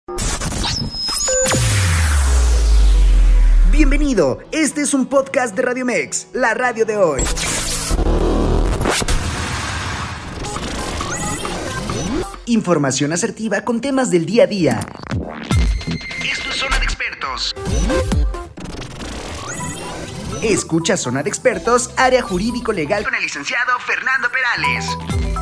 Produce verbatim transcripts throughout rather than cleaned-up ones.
Bienvenido, este es un podcast de Radio Mex, la radio de hoy. Información asertiva con temas del día a día. Esto es Zona de Expertos. Escucha Zona de Expertos, área jurídico legal con el licenciado Fernando Perales.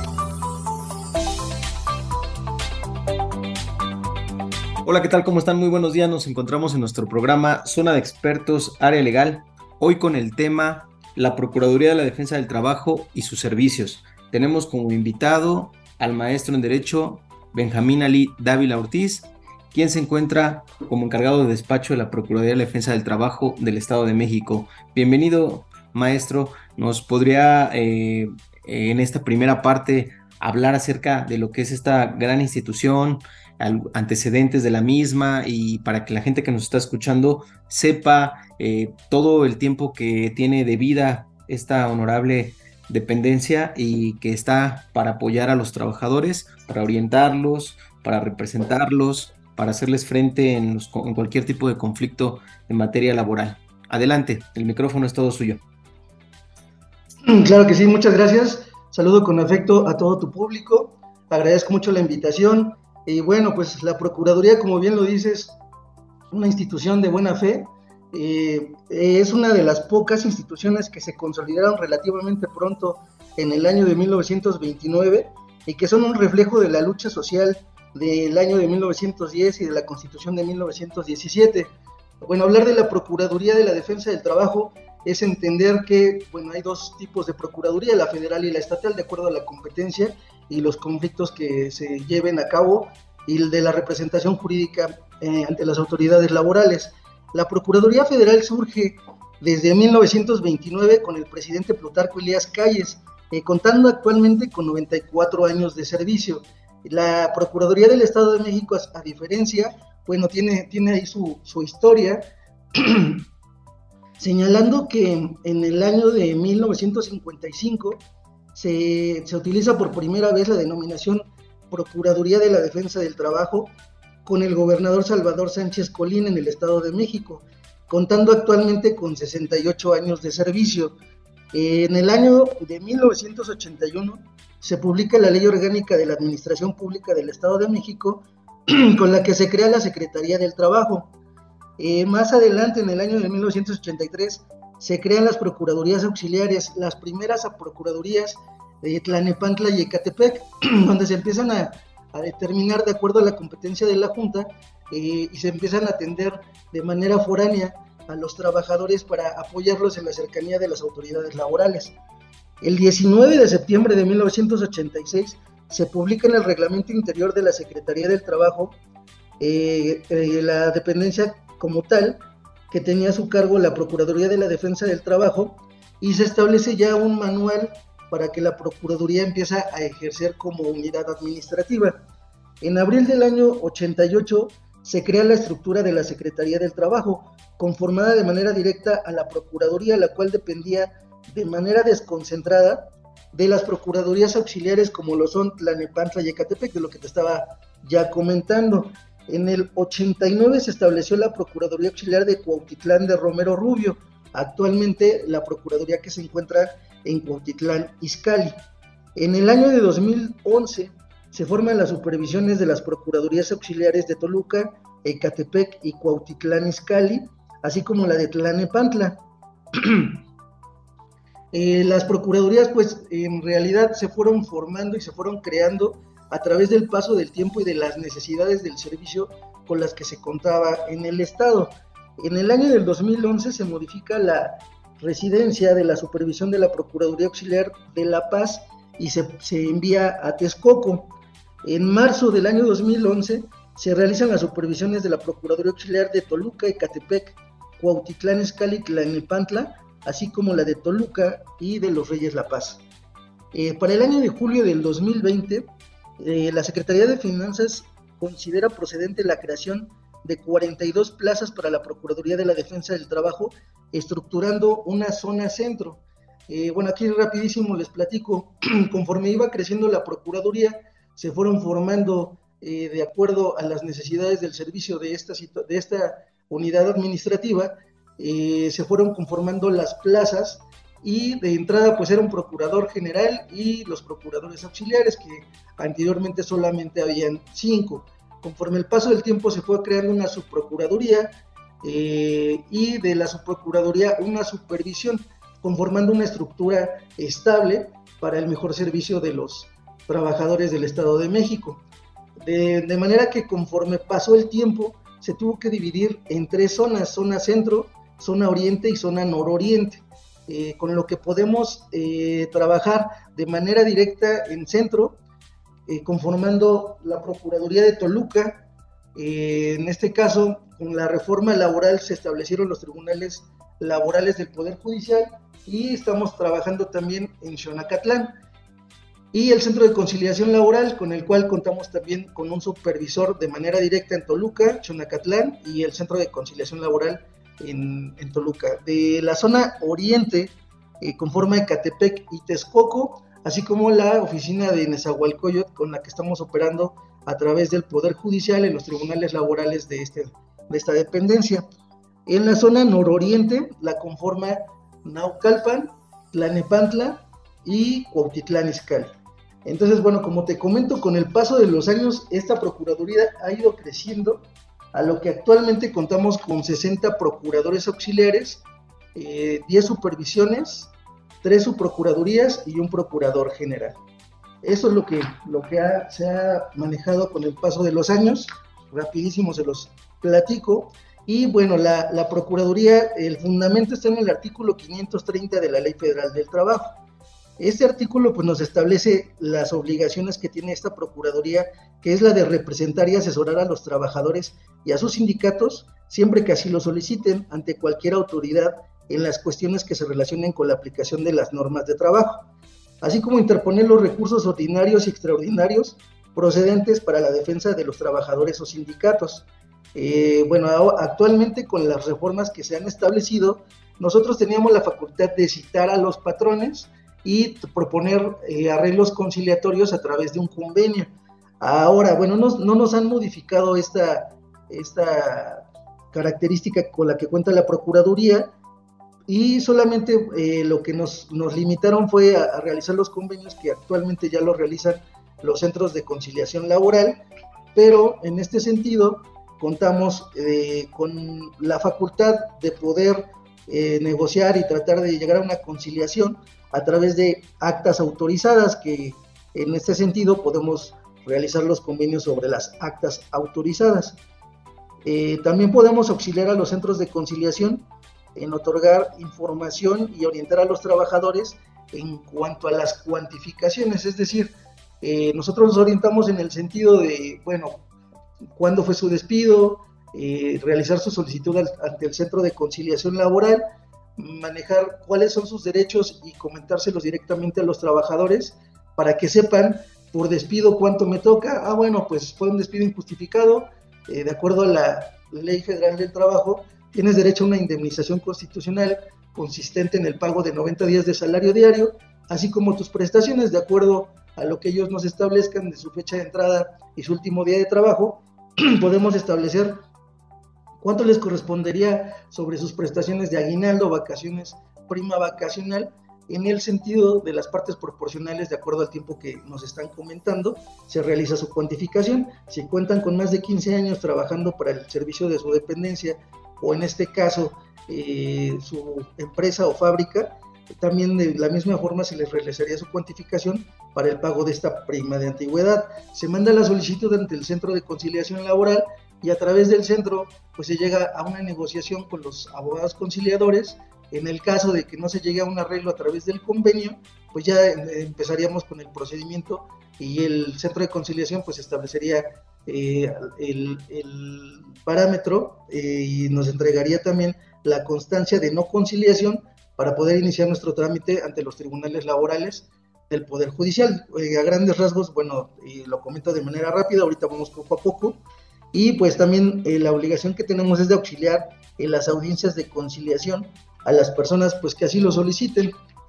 Hola, ¿qué tal? ¿Cómo están? Muy buenos días. Nos encontramos en nuestro programa Zona de Expertos, Área Legal. Hoy con el tema la Procuraduría de la Defensa del Trabajo y sus servicios. Tenemos como invitado al maestro en Derecho Benjamín Ali Dávila Ortiz, quien se encuentra como encargado de despacho de la Procuraduría de la Defensa del Trabajo del Estado de México. Bienvenido, maestro. ¿Nos podría eh, en esta primera parte hablar acerca de lo que es esta gran institución, antecedentes de la misma, y para que la gente que nos está escuchando sepa eh, todo el tiempo que tiene de vida esta honorable dependencia y que está para apoyar a los trabajadores, para orientarlos, para representarlos, para hacerles frente en, los, en cualquier tipo de conflicto en materia laboral? Adelante, el micrófono es todo suyo. Claro que sí, muchas gracias. Saludo con afecto a todo tu público. Agradezco mucho la invitación. Y bueno, pues la Procuraduría, como bien lo dices, una institución de buena fe, eh, es una de las pocas instituciones que se consolidaron relativamente pronto en el año de mil novecientos veintinueve y que son un reflejo de la lucha social del año de mil novecientos diez y de la Constitución de mil novecientos diecisiete. Bueno, hablar de la Procuraduría de la Defensa del Trabajo es entender que, bueno, hay dos tipos de Procuraduría, la federal y la estatal, de acuerdo a la competencia y los conflictos que se lleven a cabo, y el de la representación jurídica eh, ante las autoridades laborales. La Procuraduría Federal surge desde mil novecientos veintinueve con el presidente Plutarco Elías Calles, eh, contando actualmente con noventa y cuatro años de servicio. La Procuraduría del Estado de México, a, a diferencia, bueno, tiene, tiene ahí su, su historia, señalando que en el año de mil novecientos cincuenta y cinco se, se utiliza por primera vez la denominación Procuraduría de la Defensa del Trabajo con el gobernador Salvador Sánchez Colín en el Estado de México, contando actualmente con sesenta y ocho años de servicio. En el año de mil novecientos ochenta y uno se publica la Ley Orgánica de la Administración Pública del Estado de México, con la que se crea la Secretaría del Trabajo. Eh, más adelante, en el año de mil novecientos ochenta y tres, se crean las Procuradurías Auxiliares, las primeras Procuradurías de Tlalnepantla y Ecatepec, donde se empiezan a, a determinar de acuerdo a la competencia de la Junta eh, y se empiezan a atender de manera foránea a los trabajadores para apoyarlos en la cercanía de las autoridades laborales. El diecinueve de septiembre de mil novecientos ochenta y seis se publica en el Reglamento Interior de la Secretaría del Trabajo eh, eh, la dependencia como tal, que tenía a su cargo la Procuraduría de la Defensa del Trabajo, y se establece ya un manual para que la Procuraduría empiece a ejercer como unidad administrativa. En abril del año ochenta y ocho se crea la estructura de la Secretaría del Trabajo, conformada de manera directa a la Procuraduría, la cual dependía de manera desconcentrada de las Procuradurías Auxiliares, como lo son Tlalnepantla y Ecatepec, de lo que te estaba ya comentando. En el ochenta y nueve se estableció la Procuraduría Auxiliar de Cuautitlán de Romero Rubio, actualmente la Procuraduría que se encuentra en Cuautitlán Izcalli. En el año de dos mil once se forman las supervisiones de las Procuradurías Auxiliares de Toluca, Ecatepec y Cuautitlán Izcalli, así como la de Tlalnepantla. eh, las Procuradurías, pues, en realidad se fueron formando y se fueron creando a través del paso del tiempo y de las necesidades del servicio con las que se contaba en el Estado. En el año del dos mil once se modifica la residencia de la supervisión de la Procuraduría Auxiliar de La Paz y se, se envía a Texcoco. En marzo del año dos mil once se realizan las supervisiones de la Procuraduría Auxiliar de Toluca, Ecatepec, Cuautitlán Izcalli y Tlalnepantla, así como la de Toluca y de Los Reyes La Paz. Eh, para el año de julio del dos mil veinte, eh, la Secretaría de Finanzas considera procedente la creación de cuarenta y dos plazas para la Procuraduría de la Defensa del Trabajo, estructurando una zona centro. Eh, bueno, aquí rapidísimo les platico, conforme iba creciendo la Procuraduría, se fueron formando eh, de acuerdo a las necesidades del servicio de esta, de esta unidad administrativa, eh, se fueron conformando las plazas, y de entrada pues era un procurador general y los procuradores auxiliares, que anteriormente solamente habían cinco. Conforme el paso del tiempo se fue creando una subprocuraduría, eh, y de la subprocuraduría una supervisión, conformando una estructura estable para el mejor servicio de los trabajadores del Estado de México. De, de manera que conforme pasó el tiempo, se tuvo que dividir en tres zonas: zona centro, zona oriente y zona nororiente, eh, con lo que podemos eh, trabajar de manera directa en centro, eh, conformando la Procuraduría de Toluca. Eh, en este caso, con la reforma laboral se establecieron los tribunales laborales del Poder Judicial, y estamos trabajando también en Xonacatlán, y el Centro de Conciliación Laboral, con el cual contamos también con un supervisor de manera directa en Toluca, Xonacatlán, y el Centro de Conciliación Laboral en, en Toluca. De la zona oriente, eh, conforma Ecatepec y Texcoco, así como la oficina de Nezahualcóyotl, con la que estamos operando a través del Poder Judicial en los tribunales laborales de, este, de esta dependencia. En la zona nororiente la conforma Naucalpan, Tlalnepantla y Cuautitlán Izcalli. Entonces, bueno, como te comento, con el paso de los años, esta Procuraduría ha ido creciendo, a lo que actualmente contamos con sesenta procuradores auxiliares, eh, diez supervisiones, tres subprocuradurías y un procurador general. Eso es lo que, lo que ha, se ha manejado con el paso de los años. Rapidísimo se los platico. Y bueno, la, la Procuraduría, el fundamento está en el artículo quinientos treinta de la Ley Federal del Trabajo. Este artículo pues nos establece las obligaciones que tiene esta Procuraduría, que es la de representar y asesorar a los trabajadores y a sus sindicatos, siempre que así lo soliciten, ante cualquier autoridad en las cuestiones que se relacionen con la aplicación de las normas de trabajo, así como interponer los recursos ordinarios y extraordinarios procedentes para la defensa de los trabajadores o sindicatos. Eh, bueno, actualmente con las reformas que se han establecido, nosotros teníamos la facultad de citar a los patrones y proponer eh, arreglos conciliatorios a través de un convenio. Ahora, bueno, no, no nos han modificado esta, esta característica con la que cuenta la Procuraduría, y solamente eh, lo que nos, nos limitaron fue a, a realizar los convenios, que actualmente ya los realizan los centros de conciliación laboral, pero en este sentido contamos eh, con la facultad de poder eh, negociar y tratar de llegar a una conciliación a través de actas autorizadas, que en este sentido podemos realizar los convenios sobre las actas autorizadas. Eh, también podemos auxiliar a los centros de conciliación en otorgar información y orientar a los trabajadores en cuanto a las cuantificaciones, es decir, eh, nosotros nos orientamos en el sentido de, bueno, cuándo fue su despido, eh, realizar su solicitud al, ante el Centro de Conciliación Laboral, manejar cuáles son sus derechos y comentárselos directamente a los trabajadores para que sepan por despido cuánto me toca. Ah, bueno, pues fue un despido injustificado, eh, de acuerdo a la Ley Federal del Trabajo, tienes derecho a una indemnización constitucional consistente en el pago de noventa días de salario diario, así como tus prestaciones de acuerdo a lo que ellos nos establezcan de su fecha de entrada y su último día de trabajo. Podemos establecer cuánto les correspondería sobre sus prestaciones de aguinaldo, vacaciones, prima vacacional, en el sentido de las partes proporcionales de acuerdo al tiempo que nos están comentando. Se realiza su cuantificación. Si cuentan con más de quince años trabajando para el servicio de su dependencia, o en este caso eh, su empresa o fábrica, también de la misma forma se les realizaría su cuantificación para el pago de esta prima de antigüedad. Se manda la solicitud ante el Centro de Conciliación Laboral, y a través del centro pues se llega a una negociación con los abogados conciliadores. En el caso de que no se llegue a un arreglo a través del convenio, pues ya empezaríamos con el procedimiento, y el Centro de Conciliación pues establecería eh, el, el parámetro eh, y nos entregaría también la constancia de no conciliación para poder iniciar nuestro trámite ante los tribunales laborales del Poder Judicial. Eh, a grandes rasgos, bueno, eh, lo comento de manera rápida, ahorita vamos poco a poco. Y pues también eh, la obligación que tenemos es de auxiliar en las audiencias de conciliación a las personas pues que así lo soliciten.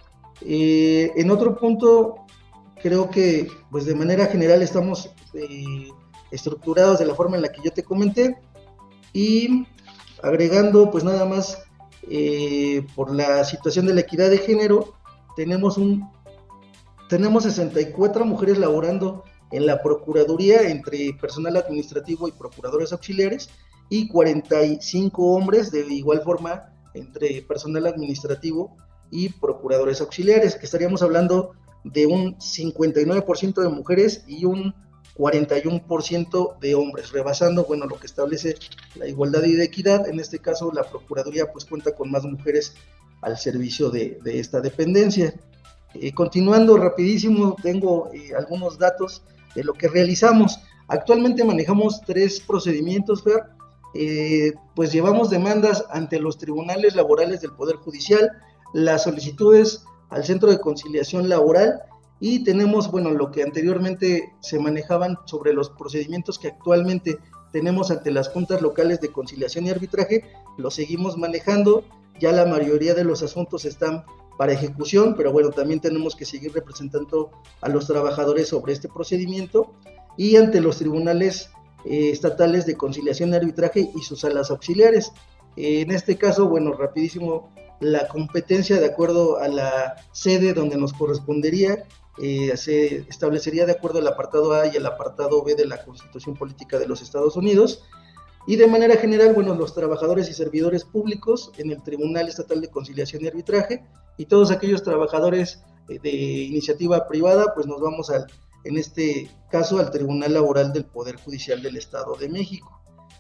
Eh, en otro punto, creo que pues de manera general estamos eh, estructurados de la forma en la que yo te comenté, y agregando pues nada más, eh, por la situación de la equidad de género, tenemos un tenemos sesenta y cuatro mujeres laborando en la Procuraduría entre personal administrativo y procuradores auxiliares, y cuarenta y cinco hombres de igual forma entre personal administrativo y procuradores auxiliares, que estaríamos hablando de un cincuenta y nueve por ciento de mujeres y un cuarenta y uno por ciento de hombres, rebasando, bueno, lo que establece la igualdad y de equidad. En este caso, la Procuraduría pues cuenta con más mujeres al servicio de, de esta dependencia. Eh, continuando rapidísimo, tengo eh, algunos datos de lo que realizamos. Actualmente manejamos tres procedimientos, Fer. Eh, pues llevamos demandas ante los tribunales laborales del Poder Judicial, las solicitudes al Centro de Conciliación Laboral, y tenemos, bueno, lo que anteriormente se manejaban sobre los procedimientos que actualmente tenemos ante las juntas locales de conciliación y arbitraje, lo seguimos manejando. Ya la mayoría de los asuntos están para ejecución, pero bueno, también tenemos que seguir representando a los trabajadores sobre este procedimiento, y ante los tribunales eh, estatales de conciliación y arbitraje y sus salas auxiliares. Eh, en este caso, bueno, rapidísimo, la competencia de acuerdo a la sede donde nos correspondería, eh, se establecería de acuerdo al apartado A y el apartado B de la Constitución Política de los Estados Unidos. Y de manera general, bueno, los trabajadores y servidores públicos en el Tribunal Estatal de Conciliación y Arbitraje, y todos aquellos trabajadores eh, de iniciativa privada, pues nos vamos al, en este caso, al Tribunal Laboral del Poder Judicial del Estado de México.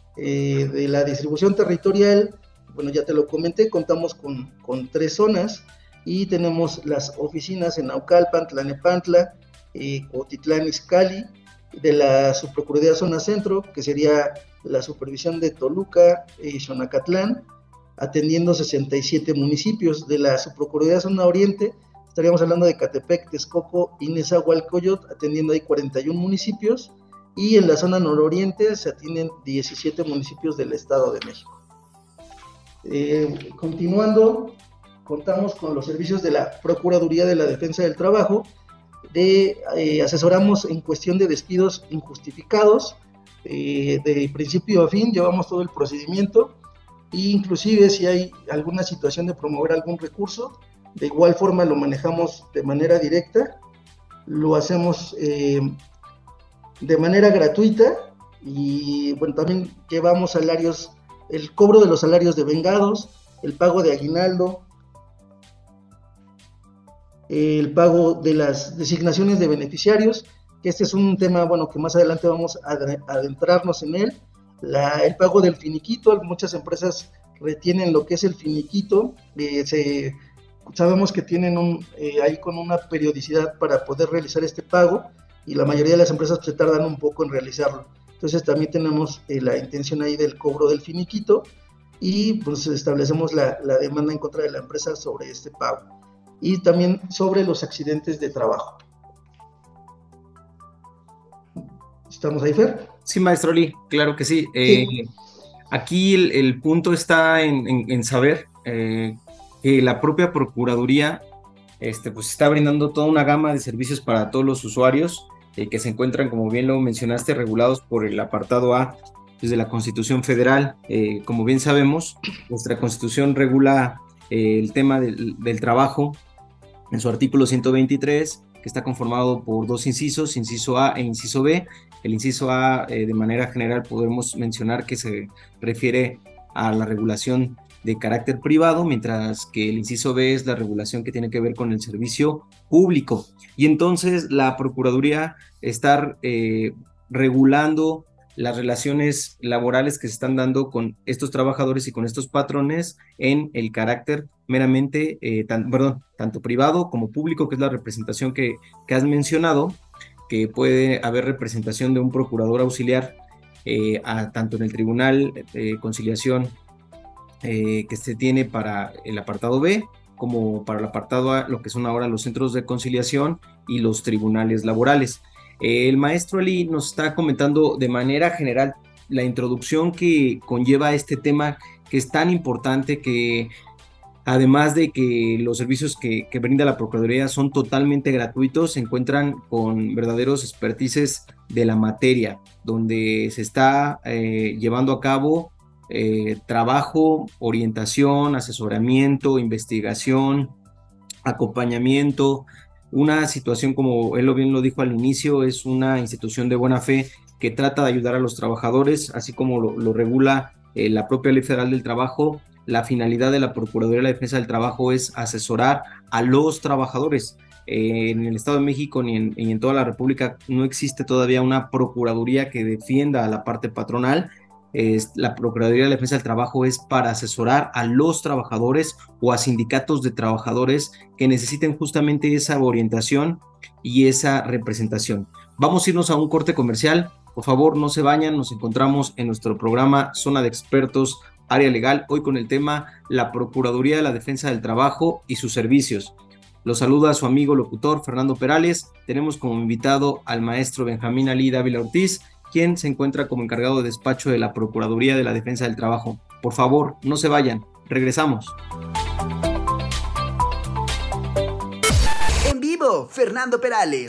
Eh, de la distribución territorial, bueno, ya te lo comenté, contamos con, con tres zonas, y tenemos las oficinas en Naucalpan, Tlanepantla, eh, Cuautitlán, Izcalli. De la Subprocuraduría Zona Centro, que sería la supervisión de Toluca y Xonacatlán, atendiendo sesenta y siete municipios. De la Subprocuraduría Zona Oriente, estaríamos hablando de Catepec, Texcoco y Nezahualcóyotl, atendiendo ahí cuarenta y uno municipios, y en la zona nororiente se atienden diecisiete municipios del Estado de México. Eh, continuando, contamos con los servicios de la Procuraduría de la Defensa del Trabajo. De, eh, asesoramos en cuestión de despidos injustificados, eh, de principio a fin, llevamos todo el procedimiento, e inclusive si hay alguna situación de promover algún recurso, de igual forma lo manejamos de manera directa, lo hacemos eh, de manera gratuita, y bueno, también llevamos salarios, el cobro de los salarios de vengados, el pago de aguinaldo, el pago de las designaciones de beneficiarios, que este es un tema, bueno, que más adelante vamos a adentrarnos en él. La, el pago del finiquito, muchas empresas retienen lo que es el finiquito, eh, se, sabemos que tienen un, eh, ahí con una periodicidad para poder realizar este pago, y la mayoría de las empresas pues, se tardan un poco en realizarlo. Entonces también tenemos eh, la intención ahí del cobro del finiquito, y pues establecemos la, la demanda en contra de la empresa sobre este pago, y también sobre los accidentes de trabajo. ¿Estamos ahí, Fer? Sí, maestro Lee, claro que sí. Eh, sí. Aquí el, el punto está en, en, en saber eh, que la propia Procuraduría este, pues está brindando toda una gama de servicios para todos los usuarios eh, que se encuentran, como bien lo mencionaste, regulados por el apartado A desde la Constitución Federal. Eh, como bien sabemos, nuestra Constitución regula eh, el tema del, del trabajo en su artículo ciento veintitrés, que está conformado por dos incisos, inciso A e inciso B. El inciso A, eh, de manera general, podemos mencionar que se refiere a la regulación de carácter privado, mientras que el inciso B es la regulación que tiene que ver con el servicio público. Y entonces la Procuraduría está eh, regulando las relaciones laborales que se están dando con estos trabajadores y con estos patrones en el carácter meramente, eh, tan, perdón, tanto privado como público, que es la representación que, que has mencionado, que puede haber representación de un procurador auxiliar eh, a, tanto en el Tribunal de eh, Conciliación eh, que se tiene para el apartado B, como para el apartado A, lo que son ahora los centros de conciliación y los tribunales laborales. El maestro Ali nos está comentando de manera general la introducción que conlleva este tema, que es tan importante, que Además de que los servicios que, que brinda la Procuraduría son totalmente gratuitos, se encuentran con verdaderos expertices de la materia, donde se está eh, llevando a cabo eh, trabajo, orientación, asesoramiento, investigación, acompañamiento. Una situación, como él bien lo dijo al inicio, es una institución de buena fe que trata de ayudar a los trabajadores, así como lo, lo regula eh, la propia Ley Federal del Trabajo. La finalidad de la Procuraduría de la Defensa del Trabajo es asesorar a los trabajadores. Eh, en el Estado de México ni en, ni en toda la República no existe todavía una Procuraduría que defienda a la parte patronal. Es, la Procuraduría de la Defensa del Trabajo es para asesorar a los trabajadores o a sindicatos de trabajadores que necesiten justamente esa orientación y esa representación. Vamos a irnos a un corte comercial. Por favor, no se vayan. Nos encontramos en nuestro programa Zona de Expertos, Área Legal, hoy con el tema la Procuraduría de la Defensa del Trabajo y sus servicios. Los saluda su amigo locutor Fernando Perales. Tenemos como invitado al maestro Benjamín Ali Dávila Ortiz, quien se encuentra como encargado de despacho de la Procuraduría de la Defensa del Trabajo. Por favor, no se vayan. Regresamos. En vivo, Fernando Perales.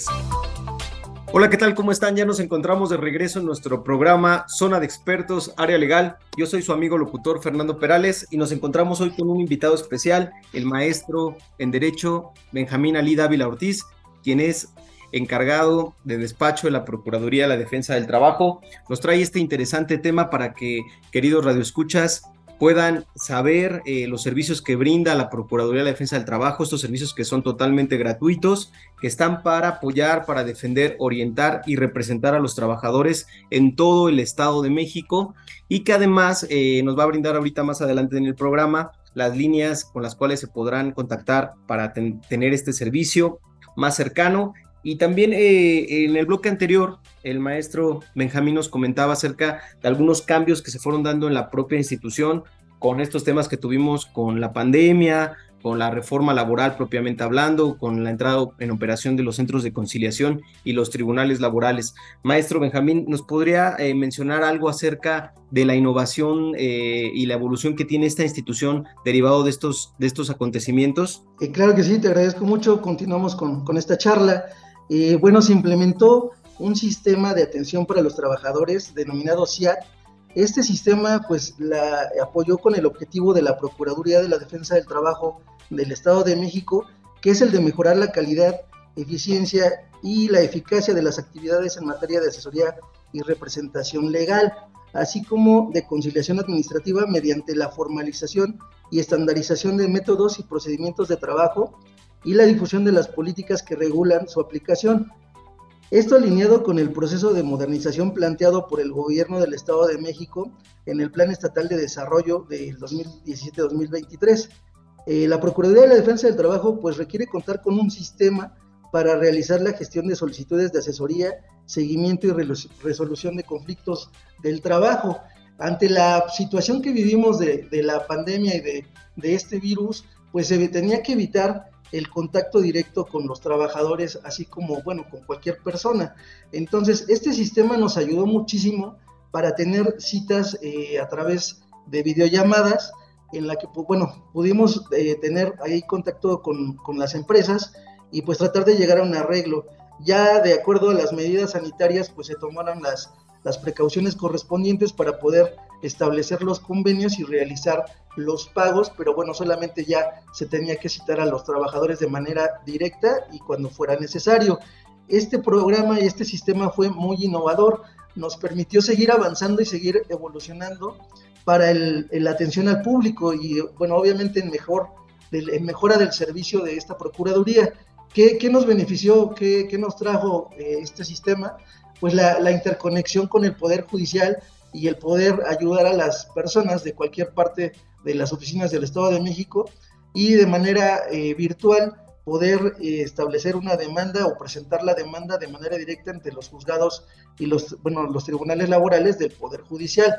Hola, ¿qué tal? ¿Cómo están? Ya nos encontramos de regreso en nuestro programa Zona de Expertos, Área Legal. Yo soy su amigo locutor Fernando Perales y nos encontramos hoy con un invitado especial, el maestro en Derecho Benjamín Ali Dávila Ortiz, quien es encargado de despacho de la Procuraduría de la Defensa del Trabajo. Nos trae este interesante tema para que, queridos radioescuchas, puedan saber eh, los servicios que brinda la Procuraduría de la Defensa del Trabajo, estos servicios que son totalmente gratuitos, que están para apoyar, para defender, orientar y representar a los trabajadores en todo el Estado de México, y que además eh, nos va a brindar ahorita más adelante en el programa las líneas con las cuales se podrán contactar para ten- tener este servicio más cercano. Y también eh, en el bloque anterior, el maestro Benjamín nos comentaba acerca de algunos cambios que se fueron dando en la propia institución con estos temas que tuvimos con la pandemia, con la reforma laboral propiamente hablando, con la entrada en operación de los centros de conciliación y los tribunales laborales. Maestro Benjamín, ¿nos podría eh, mencionar algo acerca de la innovación eh, y la evolución que tiene esta institución derivado de estos, de estos acontecimientos? Eh, claro que sí, te agradezco mucho. Continuamos con, con esta charla. Eh, bueno, se implementó un sistema de atención para los trabajadores denominado S I A T. Este sistema pues la apoyó con el objetivo de la Procuraduría de la Defensa del Trabajo del Estado de México, que es el de mejorar la calidad, eficiencia y la eficacia de las actividades en materia de asesoría y representación legal, así como de conciliación administrativa mediante la formalización y estandarización de métodos y procedimientos de trabajo y la difusión de las políticas que regulan su aplicación. Esto alineado con el proceso de modernización planteado por el Gobierno del Estado de México en el Plan Estatal de Desarrollo del dos mil diecisiete a dos mil veintitrés. Eh, la Procuraduría de la Defensa del Trabajo pues requiere contar con un sistema para realizar la gestión de solicitudes de asesoría, seguimiento y resolución de conflictos del trabajo. Ante la situación que vivimos de, de la pandemia y de, de este virus, pues se tenía que evitar el contacto directo con los trabajadores, así como, bueno, con cualquier persona. Entonces, este sistema nos ayudó muchísimo para tener citas eh, a través de videollamadas, en la que, pues, bueno, pudimos eh, tener ahí contacto con, con las empresas y pues tratar de llegar a un arreglo. Ya de acuerdo a las medidas sanitarias, pues se tomaron las, las precauciones correspondientes para poder establecer los convenios y realizar los pagos, pero bueno, solamente ya se tenía que citar a los trabajadores de manera directa y cuando fuera necesario. Este programa y este sistema fue muy innovador, nos permitió seguir avanzando y seguir evolucionando para el, la atención al público y bueno, obviamente en, mejor, en mejora del servicio de esta Procuraduría. ¿Qué, qué nos benefició, qué, qué nos trajo eh, este sistema? Pues la, la interconexión con el Poder Judicial y el poder ayudar a las personas de cualquier parte de las oficinas del Estado de México y de manera eh, virtual poder eh, establecer una demanda o presentar la demanda de manera directa ante los juzgados y los, bueno, los tribunales laborales del Poder Judicial.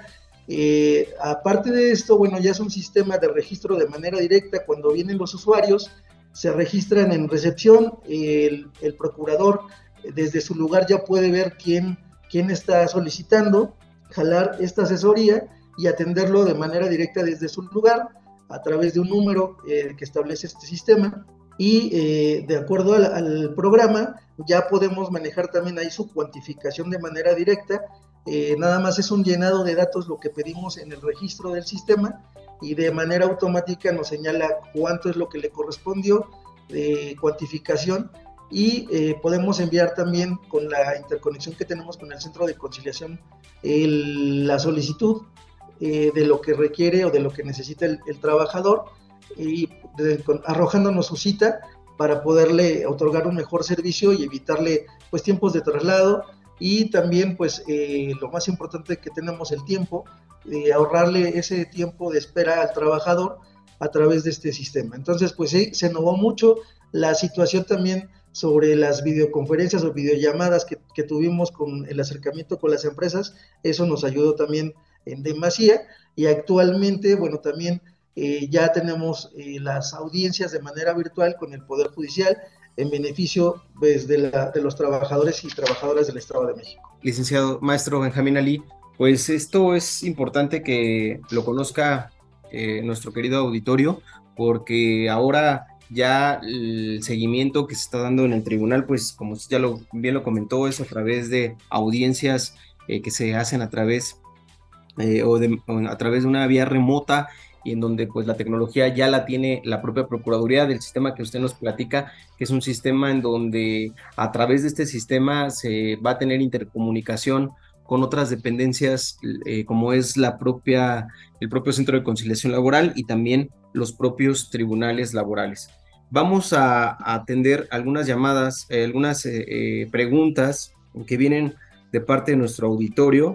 Eh, aparte de esto, bueno, ya es un sistema de registro de manera directa. Cuando vienen los usuarios, se registran en recepción, el, el procurador desde su lugar ya puede ver quién, quién está solicitando, jalar esta asesoría y atenderlo de manera directa desde su lugar. a través de un número eh, que establece este sistema, y eh, de acuerdo al, al programa ya podemos manejar también ahí su cuantificación de manera directa. Eh, nada más es un llenado de datos lo que pedimos en el registro del sistema, y de manera automática nos señala cuánto es lo que le correspondió de cuantificación, y eh, podemos enviar también con la interconexión que tenemos con el centro de conciliación el, la solicitud eh, de lo que requiere o de lo que necesita el, el trabajador, y de, con, arrojándonos su cita para poderle otorgar un mejor servicio y evitarle pues tiempos de traslado, y también pues eh, lo más importante que tenemos el tiempo, de ahorrarle ese tiempo de espera al trabajador a través de este sistema. Entonces pues sí, se innovó mucho la situación también sobre las videoconferencias o videollamadas que, que tuvimos con el acercamiento con las empresas. Eso nos ayudó también en demasía, y actualmente bueno también eh, ya tenemos eh, las audiencias de manera virtual con el Poder Judicial en beneficio pues, de, la, de los trabajadores y trabajadoras del Estado de México. Licenciado maestro Benjamín Ali, pues esto es importante que lo conozca eh, nuestro querido auditorio, porque ahora ya el seguimiento que se está dando en el tribunal, pues como usted ya lo, bien lo comentó, es a través de audiencias eh, que se hacen a través, eh, o de, o a través de una vía remota, y en donde pues la tecnología ya la tiene la propia Procuraduría, del sistema que usted nos platica, que es un sistema en donde a través de este sistema se va a tener intercomunicación con otras dependencias eh, como es la propia, el propio Centro de Conciliación Laboral y también los propios tribunales laborales. Vamos a, a atender algunas llamadas, eh, algunas eh, eh, preguntas que vienen de parte de nuestro auditorio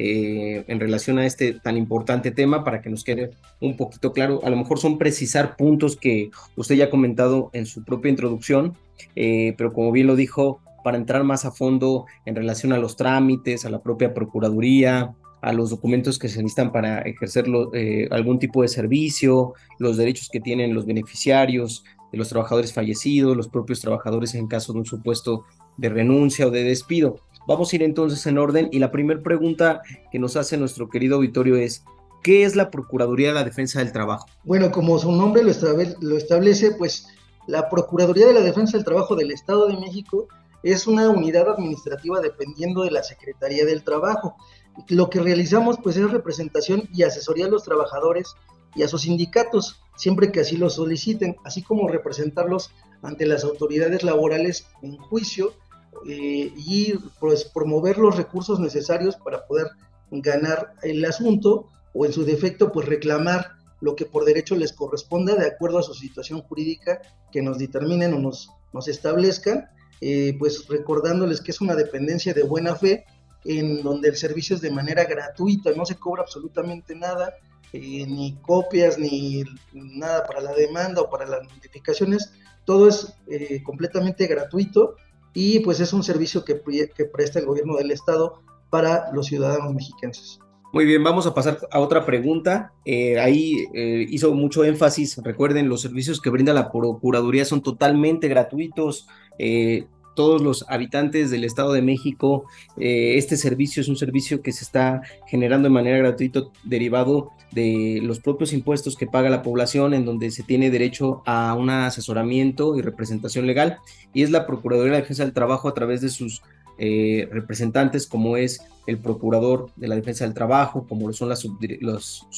eh, en relación a este tan importante tema, para que nos quede un poquito claro. A lo mejor son precisar puntos que usted ya ha comentado en su propia introducción, eh, pero como bien lo dijo, para entrar más a fondo en relación a los trámites, a la propia Procuraduría, a los documentos que se necesitan para ejercer lo, eh, algún tipo de servicio, los derechos que tienen los beneficiarios, de los trabajadores fallecidos, los propios trabajadores en caso de un supuesto de renuncia o de despido. Vamos a ir entonces en orden, y la primera pregunta que nos hace nuestro querido auditorio es: ¿qué es la Procuraduría de la Defensa del Trabajo? Bueno, como su nombre lo, establece, lo establece, pues la Procuraduría de la Defensa del Trabajo del Estado de México es una unidad administrativa dependiendo de la Secretaría del Trabajo. Lo que realizamos pues es representación y asesoría a los trabajadores y a sus sindicatos, siempre que así lo soliciten, así como representarlos ante las autoridades laborales en juicio, eh, y pues promover los recursos necesarios para poder ganar el asunto, o en su defecto pues reclamar lo que por derecho les corresponda de acuerdo a su situación jurídica que nos determinen o nos, nos establezcan. Eh, pues recordándoles que es una dependencia de buena fe, en donde el servicio es de manera gratuita, no se cobra absolutamente nada, eh, ni copias, ni nada para la demanda o para las notificaciones, todo es eh, completamente gratuito, y pues es un servicio que, que presta el gobierno del Estado para los ciudadanos mexicanos. Muy bien, vamos a pasar a otra pregunta. Eh, ahí eh, hizo mucho énfasis. Recuerden, los servicios que brinda la Procuraduría son totalmente gratuitos. Eh, todos los habitantes del Estado de México, eh, este servicio es un servicio que se está generando de manera gratuita, derivado de los propios impuestos que paga la población, en donde se tiene derecho a un asesoramiento y representación legal, y es la Procuraduría de la Defensa del Trabajo a través de sus Eh, representantes, como es el Procurador de la Defensa del Trabajo, como lo son las sub, los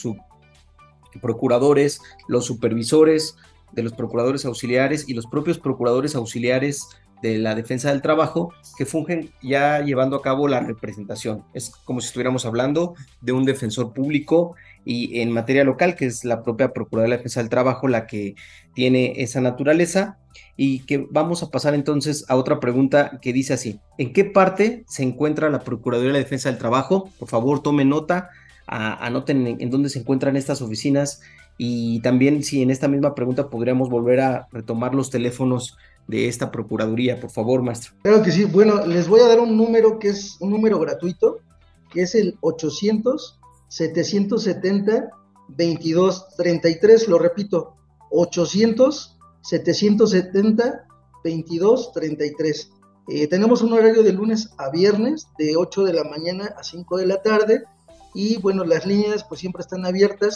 subprocuradores, los supervisores de los procuradores auxiliares y los propios procuradores auxiliares de la Defensa del Trabajo, que fungen ya llevando a cabo la representación. Es como si estuviéramos hablando de un defensor público, y en materia local, que es la propia Procuraduría de la Defensa del Trabajo la que tiene esa naturaleza. Y que vamos a pasar entonces a otra pregunta que dice así: ¿en qué parte se encuentra la Procuraduría de la Defensa del Trabajo? Por favor, tomen nota, a, anoten en, en dónde se encuentran estas oficinas, y también si en esta misma pregunta podríamos volver a retomar los teléfonos de esta Procuraduría, por favor, maestro. Claro que sí. Bueno, les voy a dar un número que es un número gratuito, que es el ochocientos, setecientos setenta, veintidós treinta y tres, lo repito, ochocientos, setecientos setenta, veintidós treinta y tres. Eh, tenemos un horario de lunes a viernes de ocho de la mañana a cinco de la tarde, y bueno, las líneas pues siempre están abiertas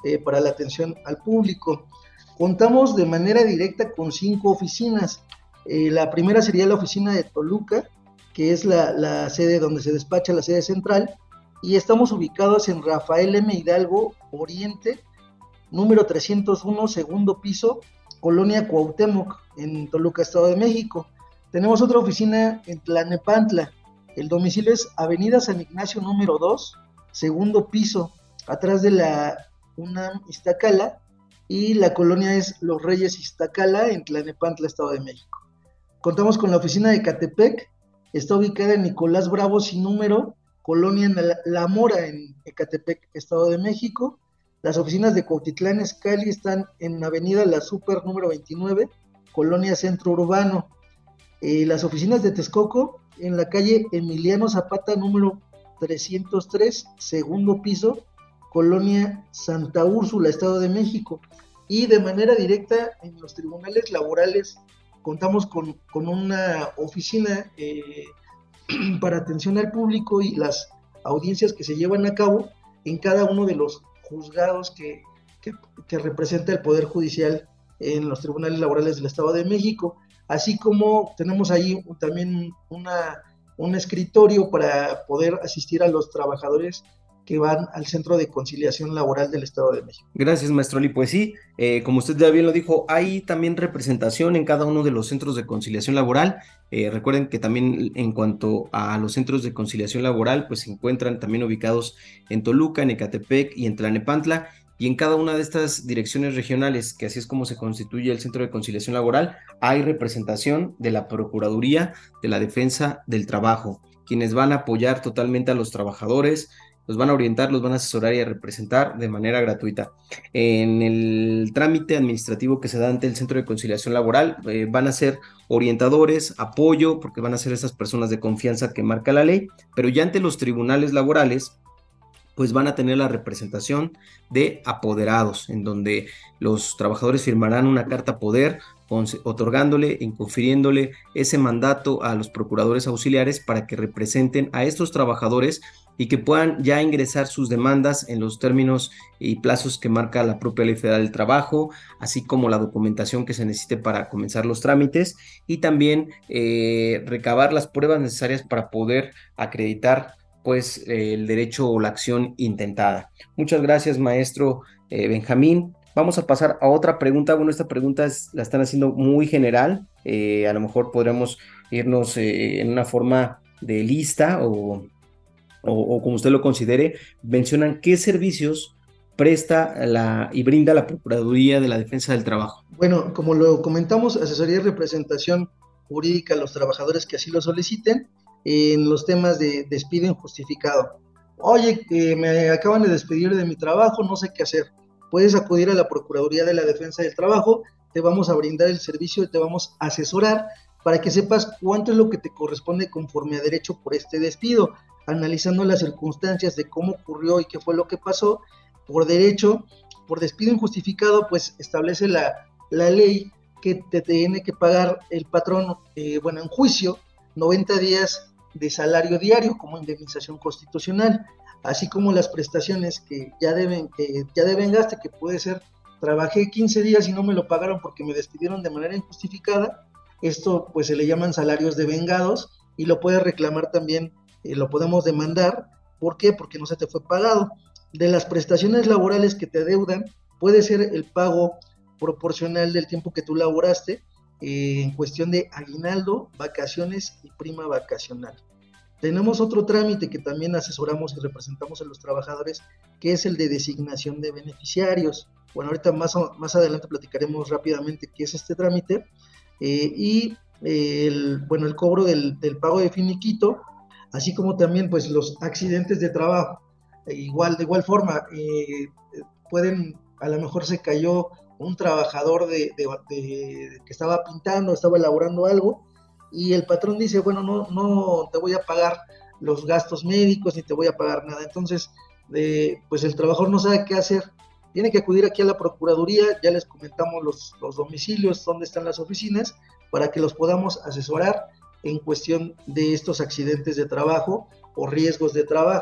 eh, para la atención al público. Contamos de manera directa con cinco oficinas. Eh, la primera sería la oficina de Toluca, que es la, la sede donde se despacha, la sede central, y estamos ubicados en Rafael M. Hidalgo, Oriente, número trescientos uno, segundo piso, Colonia Cuauhtémoc, en Toluca, Estado de México. Tenemos otra oficina en Tlalnepantla. El domicilio es Avenida San Ignacio, número dos, segundo piso, atrás de la UNAM Iztacala, y la colonia es Los Reyes Iztacala, en Tlalnepantla, Estado de México. Contamos con la oficina de Ecatepec, está ubicada en Nicolás Bravo, sin número, Colonia La, la Mora, en Ecatepec, Estado de México. Las oficinas de Cuautitlán Izcalli están en Avenida La Super, número veintinueve, Colonia Centro Urbano. Eh, las oficinas de Texcoco, en la calle Emiliano Zapata, número trescientos tres, segundo piso, Colonia Santa Úrsula, Estado de México. Y de manera directa en los tribunales laborales contamos con, con una oficina eh, para atención al público y las audiencias que se llevan a cabo en cada uno de los juzgados que, que, que representa el Poder Judicial en los tribunales laborales del Estado de México, así como tenemos ahí también una, un escritorio para poder asistir a los trabajadores que van al Centro de Conciliación Laboral del Estado de México. Gracias, maestro Oli. Pues sí, eh, como usted ya bien lo dijo, hay también representación en cada uno de los centros de conciliación laboral. Eh, recuerden que también en cuanto a los centros de conciliación laboral, pues se encuentran también ubicados en Toluca, en Ecatepec y en Tlalnepantla, y en cada una de estas direcciones regionales, que así es como se constituye el Centro de Conciliación Laboral, hay representación de la Procuraduría de la Defensa del Trabajo, quienes van a apoyar totalmente a los trabajadores, los van a orientar, los van a asesorar y a representar de manera gratuita. En el trámite administrativo que se da ante el Centro de Conciliación Laboral, eh, van a ser orientadores, apoyo, porque van a ser esas personas de confianza que marca la ley, pero ya ante los tribunales laborales, pues van a tener la representación de apoderados, en donde los trabajadores firmarán una carta poder otorgándole y confiriéndole ese mandato a los procuradores auxiliares para que representen a estos trabajadores y que puedan ya ingresar sus demandas en los términos y plazos que marca la propia Ley Federal del Trabajo, así como la documentación que se necesite para comenzar los trámites y también eh, recabar las pruebas necesarias para poder acreditar pues eh, el derecho o la acción intentada. Muchas gracias, maestro eh, Benjamín. Vamos a pasar a otra pregunta. Bueno, esta pregunta es, la están haciendo muy general. Eh, a lo mejor podremos irnos eh, en una forma de lista o, o, o como usted lo considere. Mencionan qué servicios presta la, y brinda la Procuraduría de la Defensa del Trabajo. Bueno, como lo comentamos, asesoría y representación jurídica a los trabajadores que así lo soliciten en los temas de despido injustificado. Oye, que me acaban de despedir de mi trabajo, no sé qué hacer. Puedes acudir a la Procuraduría de la Defensa del Trabajo, te vamos a brindar el servicio y te vamos a asesorar para que sepas cuánto es lo que te corresponde conforme a derecho por este despido, analizando las circunstancias de cómo ocurrió y qué fue lo que pasó. Por derecho, por despido injustificado, pues establece la, la ley que te tiene que pagar el patrón, eh, bueno, en juicio, noventa días de salario diario como indemnización constitucional, así como las prestaciones que ya deben, que ya devengaste, que puede ser, trabajé quince días y no me lo pagaron porque me despidieron de manera injustificada. Esto pues se le llaman salarios devengados y lo puedes reclamar también, eh, lo podemos demandar. ¿Por qué? Porque no se te fue pagado. De las prestaciones laborales que te adeudan, puede ser el pago proporcional del tiempo que tú laboraste, eh, en cuestión de aguinaldo, vacaciones y prima vacacional. Tenemos otro trámite que también asesoramos y representamos a los trabajadores, que es el de designación de beneficiarios. Bueno, ahorita más, más adelante platicaremos rápidamente qué es este trámite, eh, y eh, el, bueno, el cobro del, del pago de finiquito, así como también pues los accidentes de trabajo. Eh, igual, de igual forma, eh, pueden, a lo mejor se cayó un trabajador de, de, de, que estaba pintando, estaba elaborando algo, y el patrón dice, bueno, no, no te voy a pagar los gastos médicos, ni te voy a pagar nada. Entonces, eh, pues el trabajador no sabe qué hacer, tiene que acudir aquí a la Procuraduría, ya les comentamos los, los domicilios, dónde están las oficinas, para que los podamos asesorar en cuestión de estos accidentes de trabajo o riesgos de trabajo.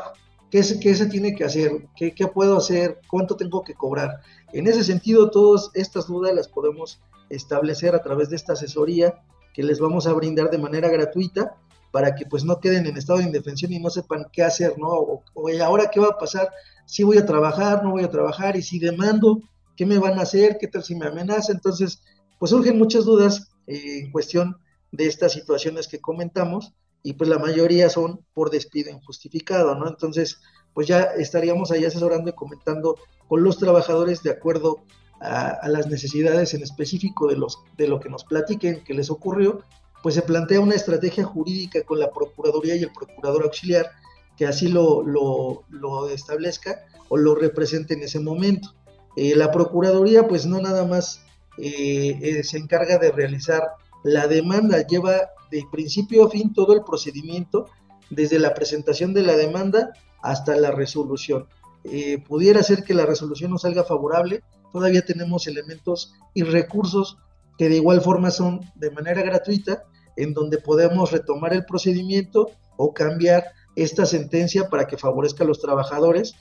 ¿qué se, qué se tiene que hacer? ¿Qué, ¿Qué puedo hacer? ¿Cuánto tengo que cobrar? En ese sentido, todas estas dudas las podemos establecer a través de esta asesoría que les vamos a brindar de manera gratuita para que pues no queden en estado de indefensión y no sepan qué hacer, ¿no? O, o ahora qué va a pasar, si voy a trabajar, no voy a trabajar, y si demando, ¿qué me van a hacer? ¿Qué tal si me amenaza? Entonces, pues surgen muchas dudas eh, en cuestión de estas situaciones que comentamos, y pues la mayoría son por despido injustificado, ¿no? Entonces, pues ya estaríamos ahí asesorando y comentando con los trabajadores de acuerdo a, a las necesidades en específico de, los, de lo que nos platiquen que les ocurrió. Pues se plantea una estrategia jurídica con la Procuraduría y el Procurador Auxiliar que así lo, lo, lo establezca o lo represente en ese momento. Eh, la Procuraduría pues no nada más eh, eh, se encarga de realizar la demanda, lleva de principio a fin todo el procedimiento, desde la presentación de la demanda hasta la resolución. Eh, pudiera ser que la resolución no salga favorable, todavía tenemos elementos y recursos que de igual forma son de manera gratuita, en donde podemos retomar el procedimiento o cambiar esta sentencia para que favorezca a los trabajadores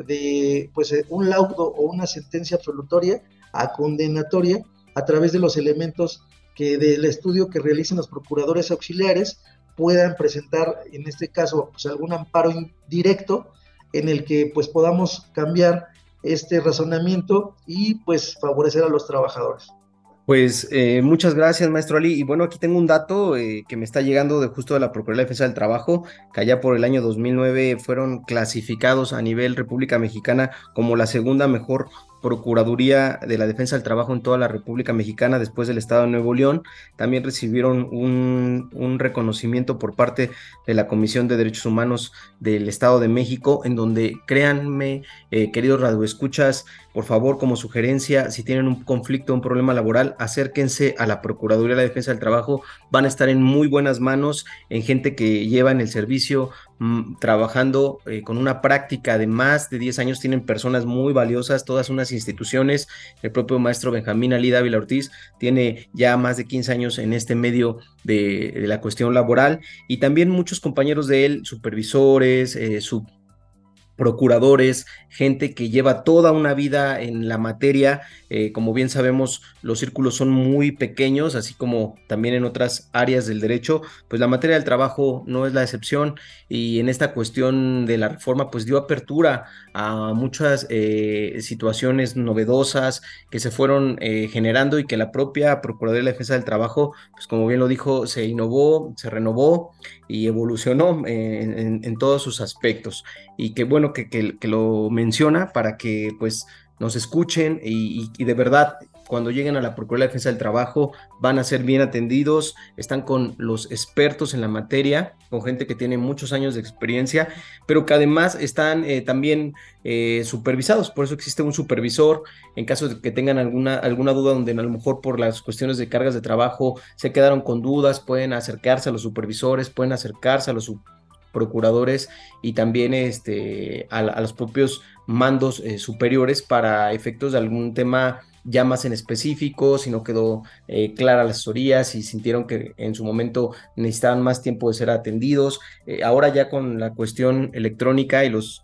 de pues, un laudo o una sentencia absolutoria a condenatoria a través de los elementos que del estudio que realicen los procuradores auxiliares puedan presentar, en este caso, pues, algún amparo indirecto en el que pues, podamos cambiar este razonamiento y pues favorecer a los trabajadores. Pues eh, muchas gracias, maestro Ali. Y bueno, aquí tengo un dato eh, que me está llegando de justo de la Procuraduría de Defensa del Trabajo, que allá por el año dos mil nueve fueron clasificados a nivel República Mexicana como la segunda mejor Procuraduría de la Defensa del Trabajo en toda la República Mexicana después del Estado de Nuevo León. También recibieron un, un reconocimiento por parte de la Comisión de Derechos Humanos del Estado de México, en donde, créanme, eh, queridos radioescuchas, por favor, como sugerencia, si tienen un conflicto, un problema laboral, acérquense a la Procuraduría de la Defensa del Trabajo. Van a estar en muy buenas manos, en gente que lleva en el servicio mmm, trabajando eh, con una práctica de más de diez años. Tienen personas muy valiosas, todas unas instituciones. El propio maestro Benjamín Ali Dávila Ortiz tiene ya más de quince años en este medio de, de la cuestión laboral, y también muchos compañeros de él, supervisores, eh, sub procuradores, gente que lleva toda una vida en la materia. Eh, como bien sabemos, los círculos son muy pequeños, así como también en otras áreas del derecho, pues la materia del trabajo no es la excepción, y en esta cuestión de la reforma pues dio apertura a muchas eh, situaciones novedosas que se fueron eh, generando, y que la propia Procuraduría de la Defensa del Trabajo, pues como bien lo dijo, se innovó, se renovó y evolucionó en, en, en todos sus aspectos. Y que bueno que, que, que lo menciona para que pues nos escuchen, y, y, y de verdad cuando lleguen a la Procuraduría de Defensa del Trabajo van a ser bien atendidos. Están con los expertos en la materia, con gente que tiene muchos años de experiencia, pero que además están eh, también eh, supervisados. Por eso existe un supervisor en caso de que tengan alguna, alguna duda, donde a lo mejor por las cuestiones de cargas de trabajo se quedaron con dudas, pueden acercarse a los supervisores, pueden acercarse a los procuradores y también este, a, a los propios mandos eh, superiores para efectos de algún tema ya más en específico, si no quedó eh, clara la asesoría, si sintieron que en su momento necesitaban más tiempo de ser atendidos. Eh, ahora ya con la cuestión electrónica y los,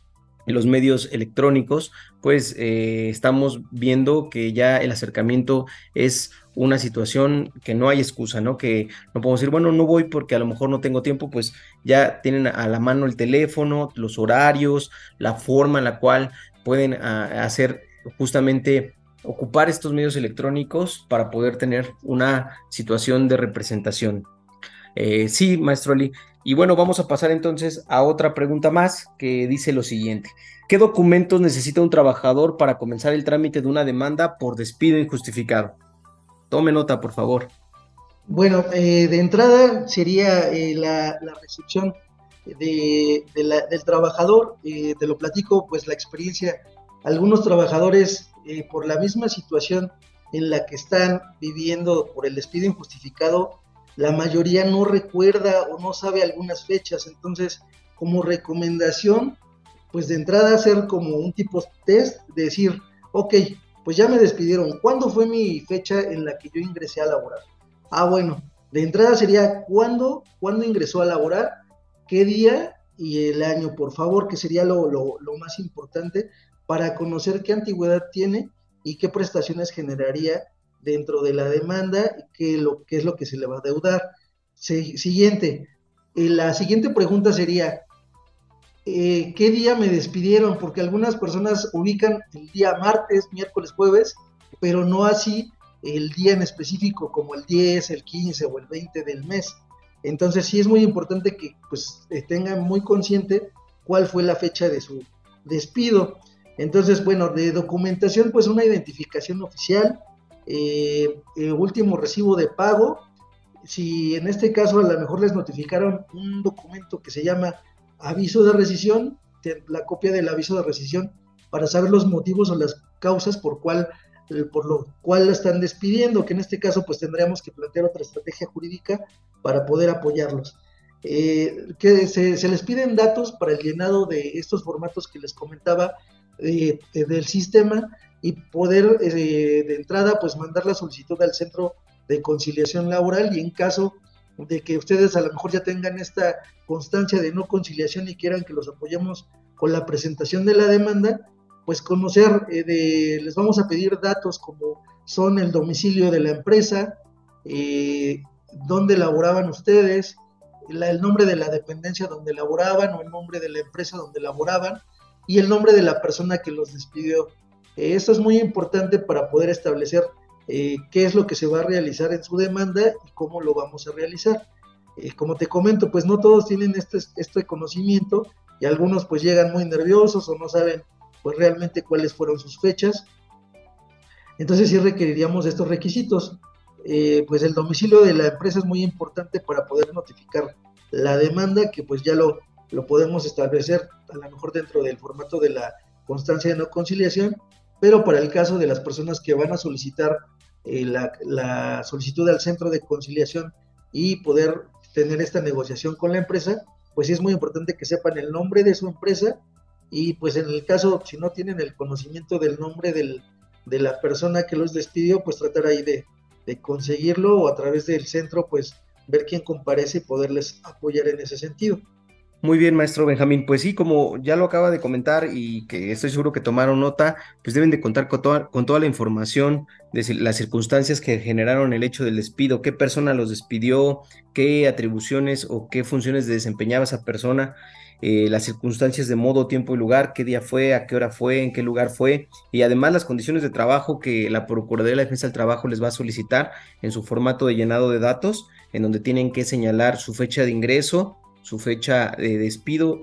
y los medios electrónicos, pues eh, estamos viendo que ya el acercamiento es una situación que no hay excusa, ¿no? Que no podemos decir, bueno, no voy porque a lo mejor no tengo tiempo. Pues ya tienen a la mano el teléfono, los horarios, la forma en la cual pueden a, hacer justamente ocupar estos medios electrónicos para poder tener una situación de representación. Eh, sí, maestro Ali. Y bueno, vamos a pasar entonces a otra pregunta más que dice lo siguiente: ¿qué documentos necesita un trabajador para comenzar el trámite de una demanda por despido injustificado? Tome nota, por favor. Bueno, eh, de entrada sería eh, la, la recepción de, de la, del trabajador. Eh, te lo platico, pues la experiencia. Algunos trabajadores, eh, por la misma situación en la que están viviendo por el despido injustificado, la mayoría no recuerda o no sabe algunas fechas. Entonces, como recomendación, pues de entrada hacer como un tipo test, de decir, ok, pues ya me despidieron, ¿cuándo fue mi fecha en la que yo ingresé a laborar? Ah, bueno, de entrada sería, ¿cuándo, ¿cuándo ingresó a laborar? ¿Qué día y el año, por favor, que sería lo, lo, lo más importante para conocer qué antigüedad tiene y qué prestaciones generaría dentro de la demanda y qué, lo, qué es lo que se le va a deudar. Se, siguiente, eh, la siguiente pregunta sería, eh, ¿qué día me despidieron? Porque algunas personas ubican el día martes, miércoles, jueves, pero no así el día en específico, como el diez, el quince o el veinte del mes. Entonces sí es muy importante que pues tengan muy consciente cuál fue la fecha de su despido. Entonces, bueno, de documentación, pues una identificación oficial, eh, el último recibo de pago. Si en este caso a lo mejor les notificaron un documento que se llama aviso de rescisión, la copia del aviso de rescisión para saber los motivos o las causas por cual por lo cual la están despidiendo, que en este caso pues tendríamos que plantear otra estrategia jurídica para poder apoyarlos. Eh, que se, se les piden datos para el llenado de estos formatos que les comentaba eh, eh, del sistema y poder eh, de entrada pues mandar la solicitud al centro de conciliación laboral, y en caso de que ustedes a lo mejor ya tengan esta constancia de no conciliación y quieran que los apoyemos con la presentación de la demanda, pues conocer, eh, de, les vamos a pedir datos como son el domicilio de la empresa, eh, dónde laboraban ustedes, la, el nombre de la dependencia donde laboraban o el nombre de la empresa donde laboraban y el nombre de la persona que los despidió. Eh, esto es muy importante para poder establecer eh, qué es lo que se va a realizar en su demanda y cómo lo vamos a realizar. Eh, como te comento, pues no todos tienen este, este conocimiento y algunos pues llegan muy nerviosos o no saben pues realmente cuáles fueron sus fechas. Entonces sí requeriríamos estos requisitos. Eh, pues el domicilio de la empresa es muy importante para poder notificar la demanda, que pues ya lo, lo podemos establecer a lo mejor dentro del formato de la constancia de no conciliación, pero para el caso de las personas que van a solicitar eh, la, la solicitud al centro de conciliación y poder tener esta negociación con la empresa, pues sí es muy importante que sepan el nombre de su empresa. Y pues en el caso, si no tienen el conocimiento del nombre del, de la persona que los despidió, pues tratar ahí de, de conseguirlo, o a través del centro, pues ver quién comparece y poderles apoyar en ese sentido. Muy bien, maestro Benjamín. Pues sí, como ya lo acaba de comentar y que estoy seguro que tomaron nota, pues deben de contar con toda, con toda la información de las circunstancias que generaron el hecho del despido, qué persona los despidió, qué atribuciones o qué funciones desempeñaba esa persona, eh, las circunstancias de modo, tiempo y lugar, qué día fue, a qué hora fue, en qué lugar fue, y además las condiciones de trabajo que la Procuraduría de la Defensa del Trabajo les va a solicitar en su formato de llenado de datos, en donde tienen que señalar su fecha de ingreso, su fecha de despido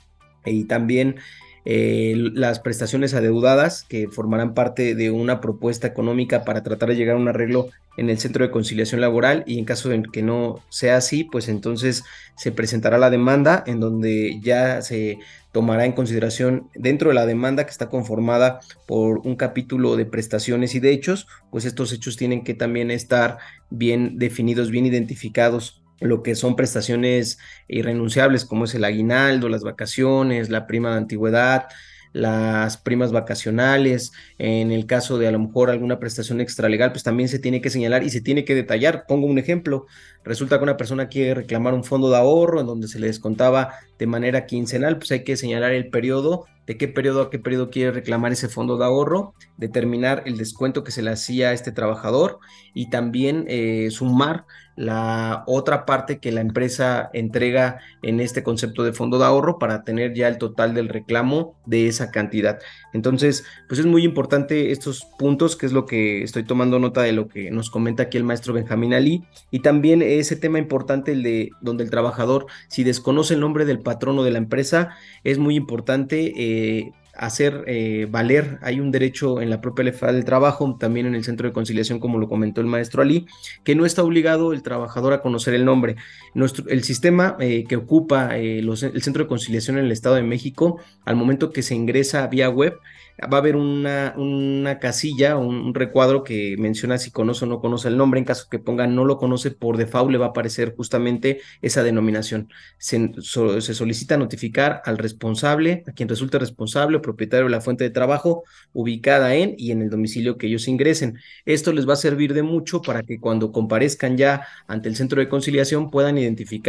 y también eh, las prestaciones adeudadas que formarán parte de una propuesta económica para tratar de llegar a un arreglo en el Centro de Conciliación Laboral, y en caso de que no sea así, pues entonces se presentará la demanda en donde ya se tomará en consideración dentro de la demanda, que está conformada por un capítulo de prestaciones y de hechos, pues estos hechos tienen que también estar bien definidos, bien identificados, lo que son prestaciones irrenunciables como es el aguinaldo, las vacaciones, la prima de antigüedad, las primas vacacionales. En el caso de a lo mejor alguna prestación extralegal, pues también se tiene que señalar y se tiene que detallar. Pongo un ejemplo: resulta que una persona quiere reclamar un fondo de ahorro en donde se le descontaba de manera quincenal, pues hay que señalar el periodo, de qué periodo a qué periodo quiere reclamar ese fondo de ahorro, determinar el descuento que se le hacía a este trabajador y también eh, sumar la otra parte que la empresa entrega en este concepto de fondo de ahorro para tener ya el total del reclamo de esa cantidad. Entonces, pues es muy importante estos puntos, que es lo que estoy tomando nota de lo que nos comenta aquí el maestro Benjamín Ali, y también ese tema importante, el de donde el trabajador, si desconoce el nombre del patrono de la empresa, es muy importante eh, hacer eh, valer. Hay un derecho en la propia Ley Federal del Trabajo, también en el Centro de Conciliación, como lo comentó el maestro Ali, que no está obligado el trabajador a conocer el nombre. Nuestro, el sistema eh, que ocupa eh, los, el Centro de Conciliación en el Estado de México, al momento que se ingresa vía web, va a haber una, una casilla, un, un recuadro que menciona si conoce o no conoce el nombre. En caso que ponga no lo conoce, por default le va a aparecer justamente esa denominación. Se, so, se solicita notificar al responsable, a quien resulte responsable o propietario de la fuente de trabajo, ubicada en y en el domicilio que ellos ingresen. Esto les va a servir de mucho para que cuando comparezcan ya ante el Centro de Conciliación puedan identificar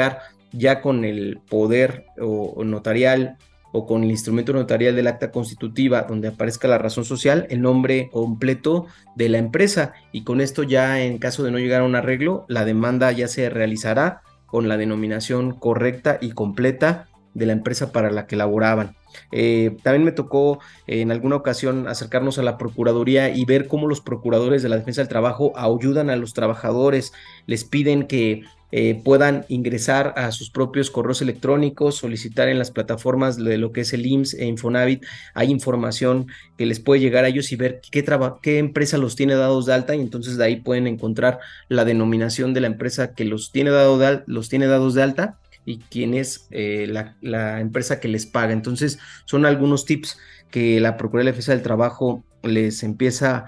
ya con el poder o, o notarial o con el instrumento notarial del acta constitutiva donde aparezca la razón social, el nombre completo de la empresa, y con esto ya en caso de no llegar a un arreglo, la demanda ya se realizará con la denominación correcta y completa de la empresa para la que laboraban. Eh, también me tocó eh, en alguna ocasión acercarnos a la Procuraduría y ver cómo los procuradores de la defensa del trabajo ayudan a los trabajadores, les piden que eh, puedan ingresar a sus propios correos electrónicos, solicitar en las plataformas de lo que es el I M S S e Infonavit, hay información que les puede llegar a ellos y ver qué, qué empresa los tiene dados de alta, y entonces de ahí pueden encontrar la denominación de la empresa que los tiene, dado de, los tiene dados de alta y quién es eh, la, la empresa que les paga. Entonces son algunos tips que la Procuraduría de Defensa del Trabajo les empieza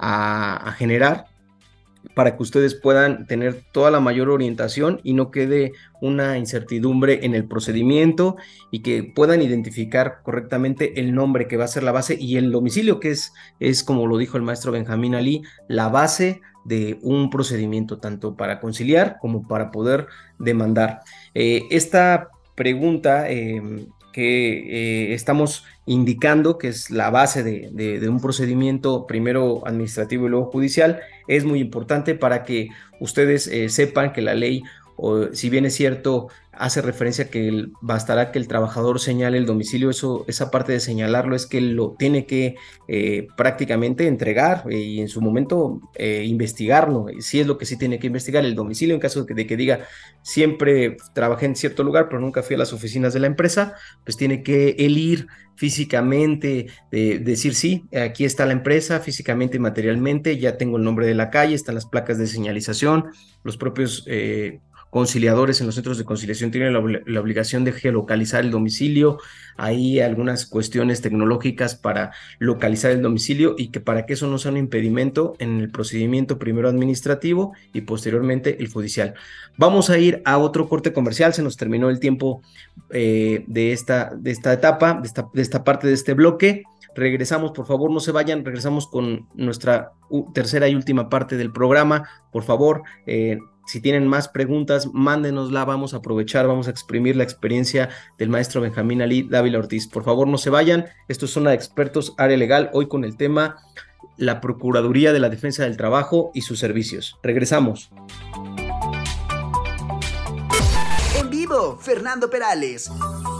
a, a generar para que ustedes puedan tener toda la mayor orientación y no quede una incertidumbre en el procedimiento, y que puedan identificar correctamente el nombre que va a ser la base y el domicilio, que es, es como lo dijo el maestro Benjamín Ali, la base de un procedimiento, tanto para conciliar como para poder demandar. Eh, esta pregunta eh, que eh, estamos indicando, que es la base de, de, de un procedimiento primero administrativo y luego judicial, es muy importante para que ustedes eh, sepan que la ley, o, si bien es cierto, hace referencia a que el, bastará que el trabajador señale el domicilio, eso, esa parte de señalarlo es que lo tiene que eh, prácticamente entregar eh, y en su momento eh, investigarlo, si es lo que sí tiene que investigar, el domicilio, en caso de que, de que diga siempre trabajé en cierto lugar pero nunca fui a las oficinas de la empresa, pues tiene que él ir físicamente, de, decir sí, aquí está la empresa físicamente y materialmente, ya tengo el nombre de la calle, están las placas de señalización, los propios eh, conciliadores en los centros de conciliación tienen la, la obligación de geolocalizar el domicilio, hay algunas cuestiones tecnológicas para localizar el domicilio y que para que eso no sea un impedimento en el procedimiento primero administrativo y posteriormente el judicial. Vamos a ir a otro corte comercial, se nos terminó el tiempo eh, de, esta, de esta etapa, de esta, de esta parte de este bloque. Regresamos, por favor, no se vayan, regresamos con nuestra uh, tercera y última parte del programa. Por favor, eh, si tienen más preguntas, mándenosla, vamos a aprovechar, vamos a exprimir la experiencia del maestro Benjamín Ali Dávila Ortiz. Por favor, no se vayan, esto es Zona de Expertos, Área Legal, hoy con el tema la Procuraduría de la Defensa del Trabajo y sus servicios. Regresamos. En vivo, Fernando Perales.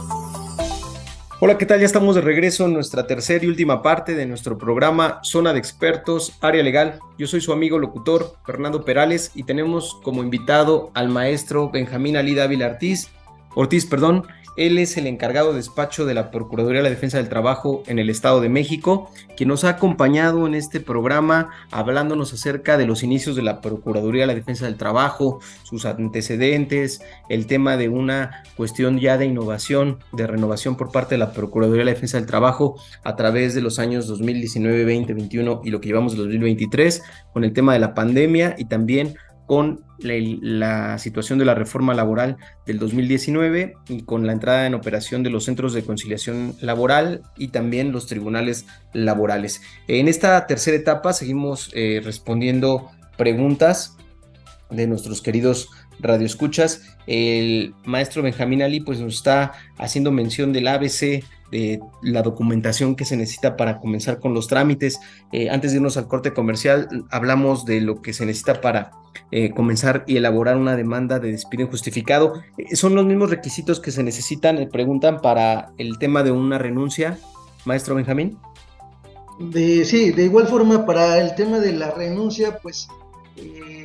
Hola, ¿qué tal? Ya estamos de regreso en nuestra tercera y última parte de nuestro programa Zona de Expertos, Área Legal. Yo soy su amigo locutor Fernando Perales y tenemos como invitado al maestro Benjamín Ali Dávila Ortiz, Ortiz, perdón. Él es el encargado de despacho de la Procuraduría de la Defensa del Trabajo en el Estado de México, quien nos ha acompañado en este programa hablándonos acerca de los inicios de la Procuraduría de la Defensa del Trabajo, sus antecedentes, el tema de una cuestión ya de innovación, de renovación por parte de la Procuraduría de la Defensa del Trabajo a través de los años dos mil diecinueve, veinte, veintiuno y lo que llevamos de dos mil veintitrés, con el tema de la pandemia y también con la, la situación de la reforma laboral del dos mil diecinueve y con la entrada en operación de los centros de conciliación laboral y también los tribunales laborales. En esta tercera etapa seguimos eh, respondiendo preguntas de nuestros queridos radioescuchas. El maestro Benjamín Ali pues nos está haciendo mención del A B C, de la documentación que se necesita para comenzar con los trámites. Eh, antes de irnos al corte comercial, hablamos de lo que se necesita para eh, comenzar y elaborar una demanda de despido injustificado. Eh, ¿Son los mismos requisitos que se necesitan, eh, preguntan, para el tema de una renuncia, maestro Benjamín? De, sí, de igual forma para el tema de la renuncia, pues eh,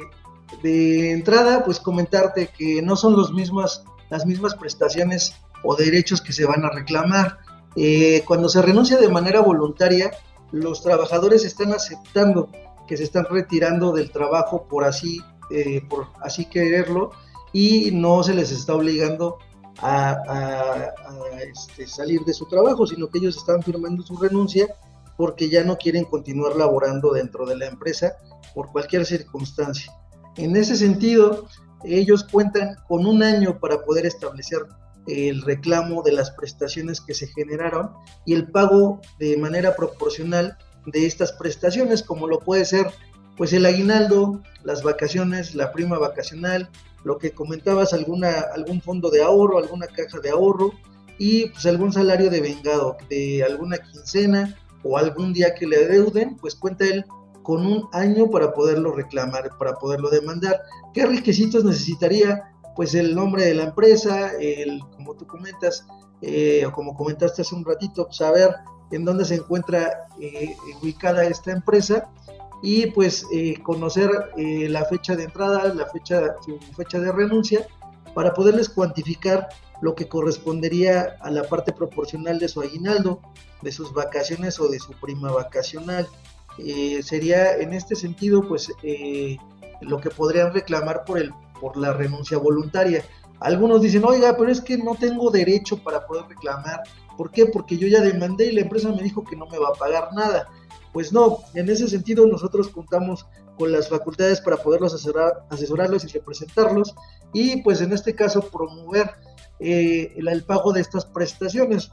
de entrada, pues comentarte que no son los mismos, las mismas prestaciones o derechos que se van a reclamar. Eh, cuando se renuncia de manera voluntaria, los trabajadores están aceptando que se están retirando del trabajo por así, eh, por así quererlo, y no se les está obligando a, a, a este, salir de su trabajo, sino que ellos están firmando su renuncia porque ya no quieren continuar laborando dentro de la empresa por cualquier circunstancia. En ese sentido, ellos cuentan con un año para poder establecer el reclamo de las prestaciones que se generaron y el pago de manera proporcional de estas prestaciones, como lo puede ser pues el aguinaldo, las vacaciones, la prima vacacional, lo que comentabas, alguna, algún fondo de ahorro, alguna caja de ahorro y pues algún salario de vengado, de alguna quincena o algún día que le adeuden, pues cuenta él con un año para poderlo reclamar, para poderlo demandar. ¿Qué requisitos necesitaría? Pues el nombre de la empresa, el, como tú comentas, eh, o como comentaste hace un ratito, saber en dónde se encuentra eh, ubicada esta empresa y pues eh, conocer eh, la fecha de entrada, la fecha, su fecha de renuncia, para poderles cuantificar lo que correspondería a la parte proporcional de su aguinaldo, de sus vacaciones o de su prima vacacional. Eh, sería en este sentido pues eh, lo que podrían reclamar por, el, por la renuncia voluntaria. Algunos dicen, oiga, pero es que no tengo derecho para poder reclamar. ¿Por qué? Porque yo ya demandé y la empresa me dijo que no me va a pagar nada. Pues no, en ese sentido nosotros contamos con las facultades para poderlos asesorar, asesorarlos y representarlos y pues en este caso promover eh, el, el pago de estas prestaciones.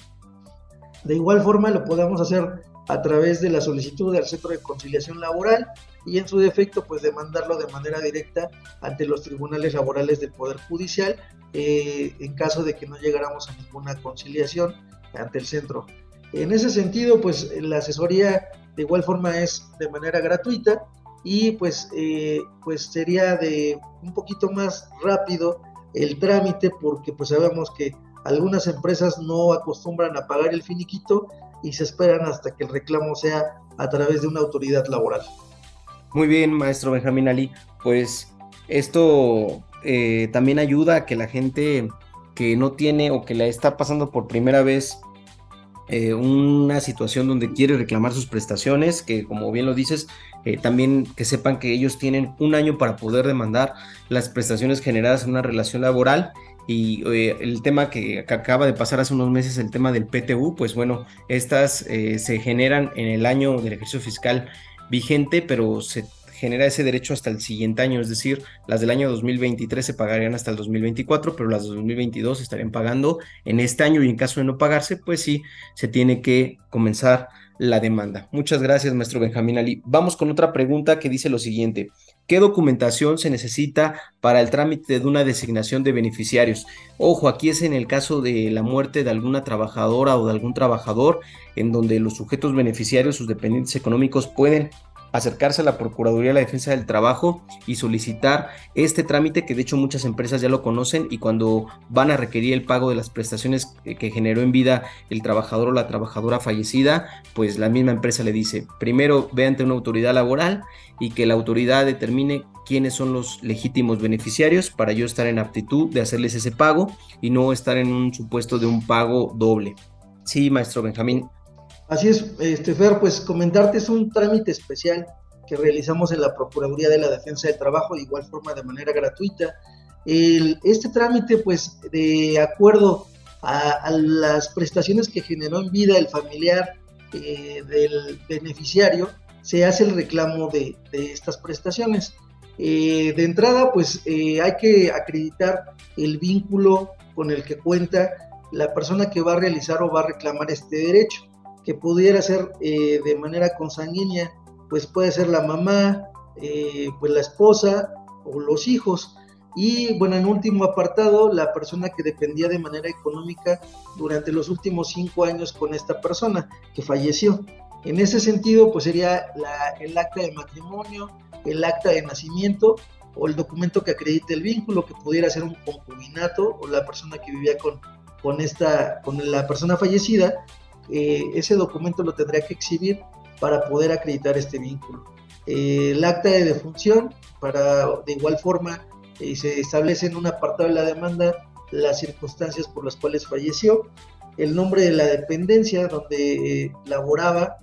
De igual forma lo podemos hacer a través de la solicitud del Centro de Conciliación Laboral y en su defecto pues demandarlo de manera directa ante los tribunales laborales del Poder Judicial eh, en caso de que no llegáramos a ninguna conciliación ante el centro. En ese sentido pues la asesoría de igual forma es de manera gratuita y pues, eh, pues sería de un poquito más rápido el trámite porque pues sabemos que algunas empresas no acostumbran a pagar el finiquito y se esperan hasta que el reclamo sea a través de una autoridad laboral. Muy bien, maestro Benjamín Ali, pues esto eh, también ayuda a que la gente que no tiene o que la está pasando por primera vez eh, una situación donde quiere reclamar sus prestaciones, que como bien lo dices, eh, también que sepan que ellos tienen un año para poder demandar las prestaciones generadas en una relación laboral. Y eh, el tema que, que acaba de pasar hace unos meses, el tema del P T U, pues bueno, estas eh, se generan en el año del ejercicio fiscal vigente, pero se genera ese derecho hasta el siguiente año, es decir, las del año dos mil veintitrés se pagarían hasta el dos mil veinticuatro, pero las de dos mil veintidós se estarían pagando en este año y en caso de no pagarse, pues sí, se tiene que comenzar la demanda. Muchas gracias, maestro Benjamín Ali. Vamos con otra pregunta que dice lo siguiente: ¿qué documentación se necesita para el trámite de una designación de beneficiarios? Ojo, aquí es en el caso de la muerte de alguna trabajadora o de algún trabajador, en donde los sujetos beneficiarios, sus dependientes económicos, pueden acercarse a la Procuraduría de la Defensa del Trabajo y solicitar este trámite, que de hecho muchas empresas ya lo conocen, y cuando van a requerir el pago de las prestaciones que generó en vida el trabajador o la trabajadora fallecida, pues la misma empresa le dice, primero ve ante una autoridad laboral y que la autoridad determine quiénes son los legítimos beneficiarios para yo estar en aptitud de hacerles ese pago y no estar en un supuesto de un pago doble. Sí, maestro Benjamín. Así es, este, Fer, pues comentarte, es un trámite especial que realizamos en la Procuraduría de la Defensa del Trabajo, de igual forma de manera gratuita. El, este trámite, pues, de acuerdo a, a las prestaciones que generó en vida el familiar eh, del beneficiario, se hace el reclamo de, de estas prestaciones. Eh, de entrada, pues, eh, hay que acreditar el vínculo con el que cuenta la persona que va a realizar o va a reclamar este derecho, que pudiera ser eh, de manera consanguínea, pues puede ser la mamá, eh, pues la esposa o los hijos. Y bueno, en último apartado, la persona que dependía de manera económica durante los últimos cinco años con esta persona que falleció. En ese sentido, pues sería la, el acta de matrimonio, el acta de nacimiento o el documento que acredite el vínculo, que pudiera ser un concubinato o la persona que vivía con, con, esta, con la persona fallecida. Eh, ese documento lo tendría que exhibir para poder acreditar este vínculo. Eh, el acta de defunción, para de igual forma eh, se establece en un apartado de la demanda las circunstancias por las cuales falleció, el nombre de la dependencia donde eh, laboraba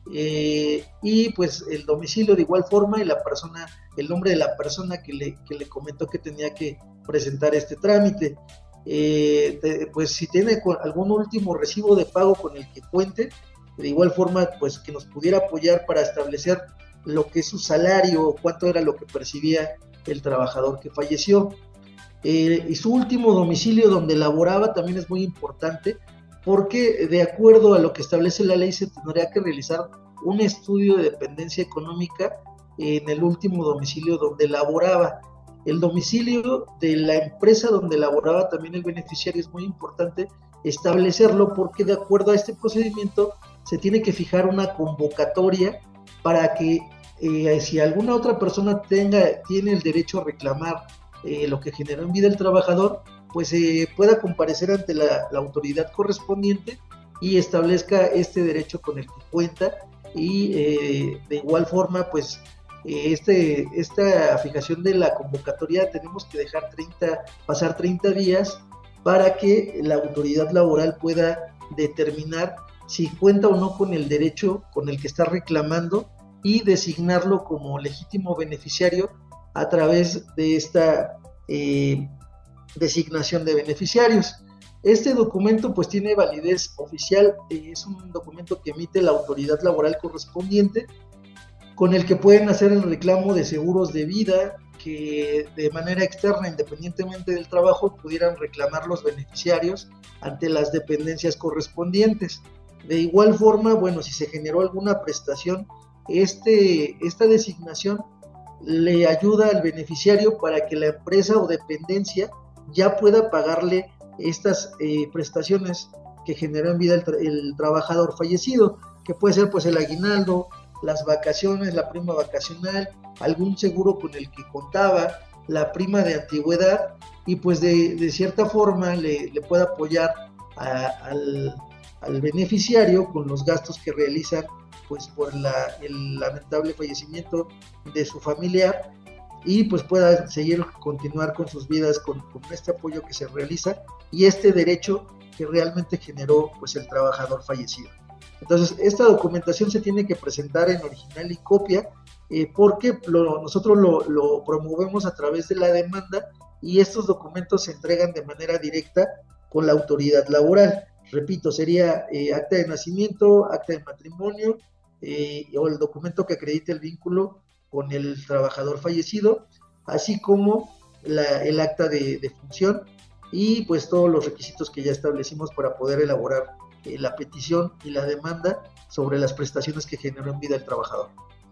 eh, y pues el domicilio de igual forma y la persona, el nombre de la persona que le, que le comentó que tenía que presentar este trámite. Eh, de, pues si tiene algún último recibo de pago con el que cuente, de igual forma pues que nos pudiera apoyar para establecer lo que es su salario o cuánto era lo que percibía el trabajador que falleció. Eh, y su último domicilio donde laboraba también es muy importante, porque de acuerdo a lo que establece la ley se tendría que realizar un estudio de dependencia económica en el último domicilio donde laboraba. el domicilio de la empresa donde laboraba también el beneficiario es muy importante establecerlo, porque de acuerdo a este procedimiento se tiene que fijar una convocatoria para que eh, si alguna otra persona tenga, tiene el derecho a reclamar eh, lo que generó en vida el trabajador, pues eh, pueda comparecer ante la, la autoridad correspondiente y establezca este derecho con el que cuenta. Y eh, de igual forma, pues este, esta fijación de la convocatoria tenemos que dejar treinta, pasar treinta días para que la autoridad laboral pueda determinar si cuenta o no con el derecho con el que está reclamando y designarlo como legítimo beneficiario a través de esta eh, designación de beneficiarios. Este documento pues tiene validez oficial, eh, es un documento que emite la autoridad laboral correspondiente, con el que pueden hacer el reclamo de seguros de vida que de manera externa, independientemente del trabajo, pudieran reclamar los beneficiarios ante las dependencias correspondientes. De igual forma, bueno, si se generó alguna prestación, este, esta designación le ayuda al beneficiario para que la empresa o dependencia ya pueda pagarle estas eh, prestaciones que generó en vida el, tra- el trabajador fallecido, que puede ser pues el aguinaldo, las vacaciones, la prima vacacional, algún seguro con el que contaba, la prima de antigüedad, y pues de, de cierta forma le, le puede apoyar a, al, al beneficiario con los gastos que realizan pues por la, el lamentable fallecimiento de su familiar, y pues pueda seguir, continuar con sus vidas con, con este apoyo que se realiza y este derecho que realmente generó pues el trabajador fallecido. Entonces, esta documentación se tiene que presentar en original y copia, eh, porque lo, nosotros lo, lo promovemos a través de la demanda, y estos documentos se entregan de manera directa con la autoridad laboral. Repito, sería eh, acta de nacimiento, acta de matrimonio, eh, o el documento que acredite el vínculo con el trabajador fallecido, así como la, el acta de, de función, y pues todos los requisitos que ya establecimos para poder elaborar eh, la petición y la demanda sobre las prestaciones que generó en vida el trabajador.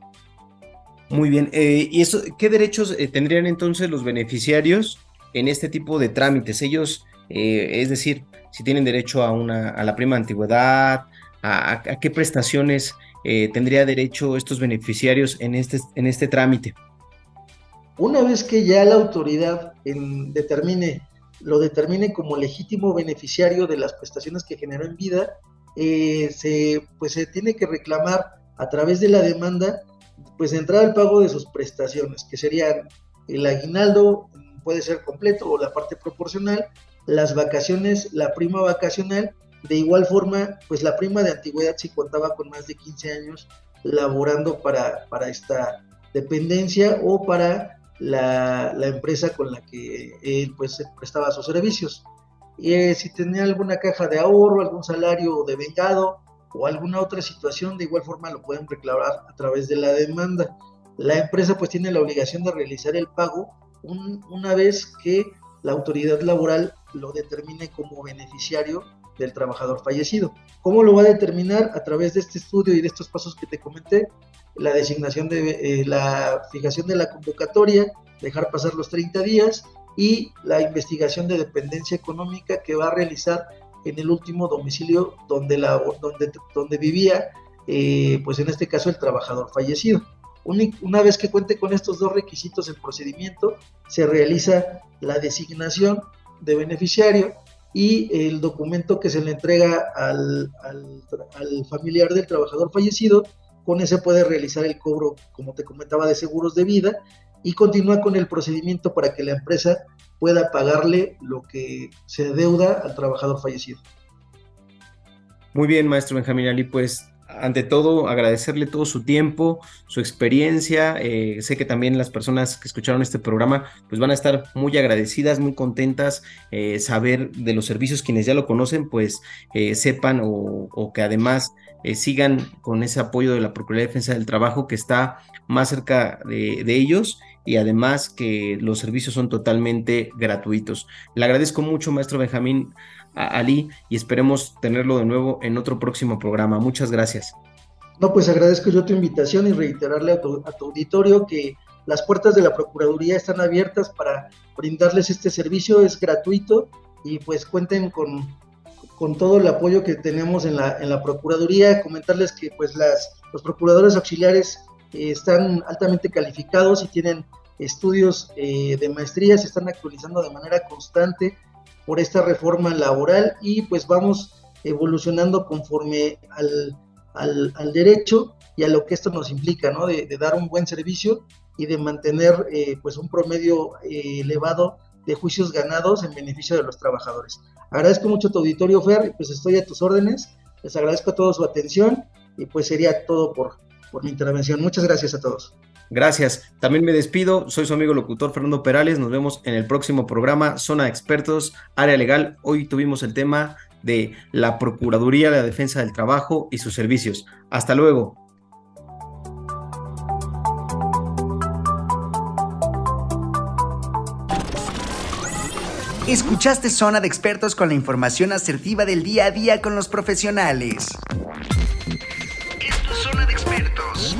Muy bien, eh, ¿y eso, qué derechos eh, tendrían entonces los beneficiarios en este tipo de trámites? Ellos, eh, es decir, si tienen derecho a, una, a la prima de antigüedad, a, a, a qué prestaciones eh, tendría derecho estos beneficiarios en este, en este trámite. Una vez que ya la autoridad en, determine, lo determine como legítimo beneficiario de las prestaciones que generó en vida, eh, se, pues se tiene que reclamar a través de la demanda pues entrar al pago de sus prestaciones, que serían el aguinaldo, puede ser completo o la parte proporcional, las vacaciones, la prima vacacional, de igual forma, pues la prima de antigüedad si contaba con más de quince años laborando para, para esta dependencia o para la, la empresa con la que él pues prestaba sus servicios. Y eh, si tenía alguna caja de ahorro, algún salario de vengado o alguna otra situación, de igual forma lo pueden reclamar a través de la demanda. La empresa pues tiene la obligación de realizar el pago un, una vez que la autoridad laboral lo determine como beneficiario del trabajador fallecido. ¿Cómo lo va a determinar? A través de este estudio y de estos pasos que te comenté, la designación de eh, la fijación de la convocatoria, dejar pasar los treinta días y la investigación de dependencia económica que va a realizar en el último domicilio donde, la, donde, donde vivía, eh, pues en este caso el trabajador fallecido. Una vez que cuente con estos dos requisitos el procedimiento, se realiza la designación de beneficiario y el documento que se le entrega al, al, al familiar del trabajador fallecido, con ese puede realizar el cobro, como te comentaba, de seguros de vida y continúa con el procedimiento para que la empresa pueda pagarle lo que se deuda al trabajador fallecido. Muy bien, maestro Benjamín Ali, pues ante todo agradecerle todo su tiempo, su experiencia. Eh, sé que también las personas que escucharon este programa pues van a estar muy agradecidas, muy contentas, eh, saber de los servicios. Quienes ya lo conocen pues eh, sepan o, o que además eh, sigan con ese apoyo de la Procuraduría de Defensa del Trabajo, que está más cerca de, de ellos, y además que los servicios son totalmente gratuitos. Le agradezco mucho, maestro Benjamín Ali, y esperemos tenerlo de nuevo en otro próximo programa. Muchas gracias. No, pues agradezco yo tu invitación y reiterarle a tu, a tu auditorio que las puertas de la Procuraduría están abiertas para brindarles este servicio, es gratuito y pues cuenten con, con todo el apoyo que tenemos en la, en la Procuraduría. Comentarles que pues las, los procuradores auxiliares eh, están altamente calificados y tienen estudios eh, de maestría, se están actualizando de manera constante por esta reforma laboral y pues vamos evolucionando conforme al, al, al derecho y a lo que esto nos implica, ¿no? De, de dar un buen servicio y de mantener eh, pues un promedio eh, elevado de juicios ganados en beneficio de los trabajadores. Agradezco mucho tu auditorio, Fer, y pues estoy a tus órdenes, les agradezco a todos su atención y pues sería todo por, por mi intervención. Muchas gracias a todos. Gracias. También me despido. Soy su amigo locutor Fernando Perales. Nos vemos en el próximo programa Zona de Expertos, Área Legal. Hoy tuvimos el tema de la Procuraduría de la Defensa del Trabajo y sus servicios. Hasta luego. Escuchaste Zona de Expertos con la información asertiva del día a día con los profesionales. Esto es Zona de Expertos.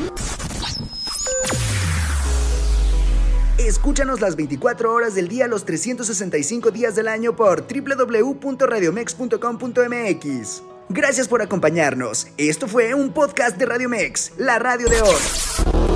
Escúchanos las veinticuatro horas del día, los trescientos sesenta y cinco días del año por doble u doble u doble u punto radiomex punto com punto m x. Gracias por acompañarnos. Esto fue un podcast de Radiomex, la radio de hoy.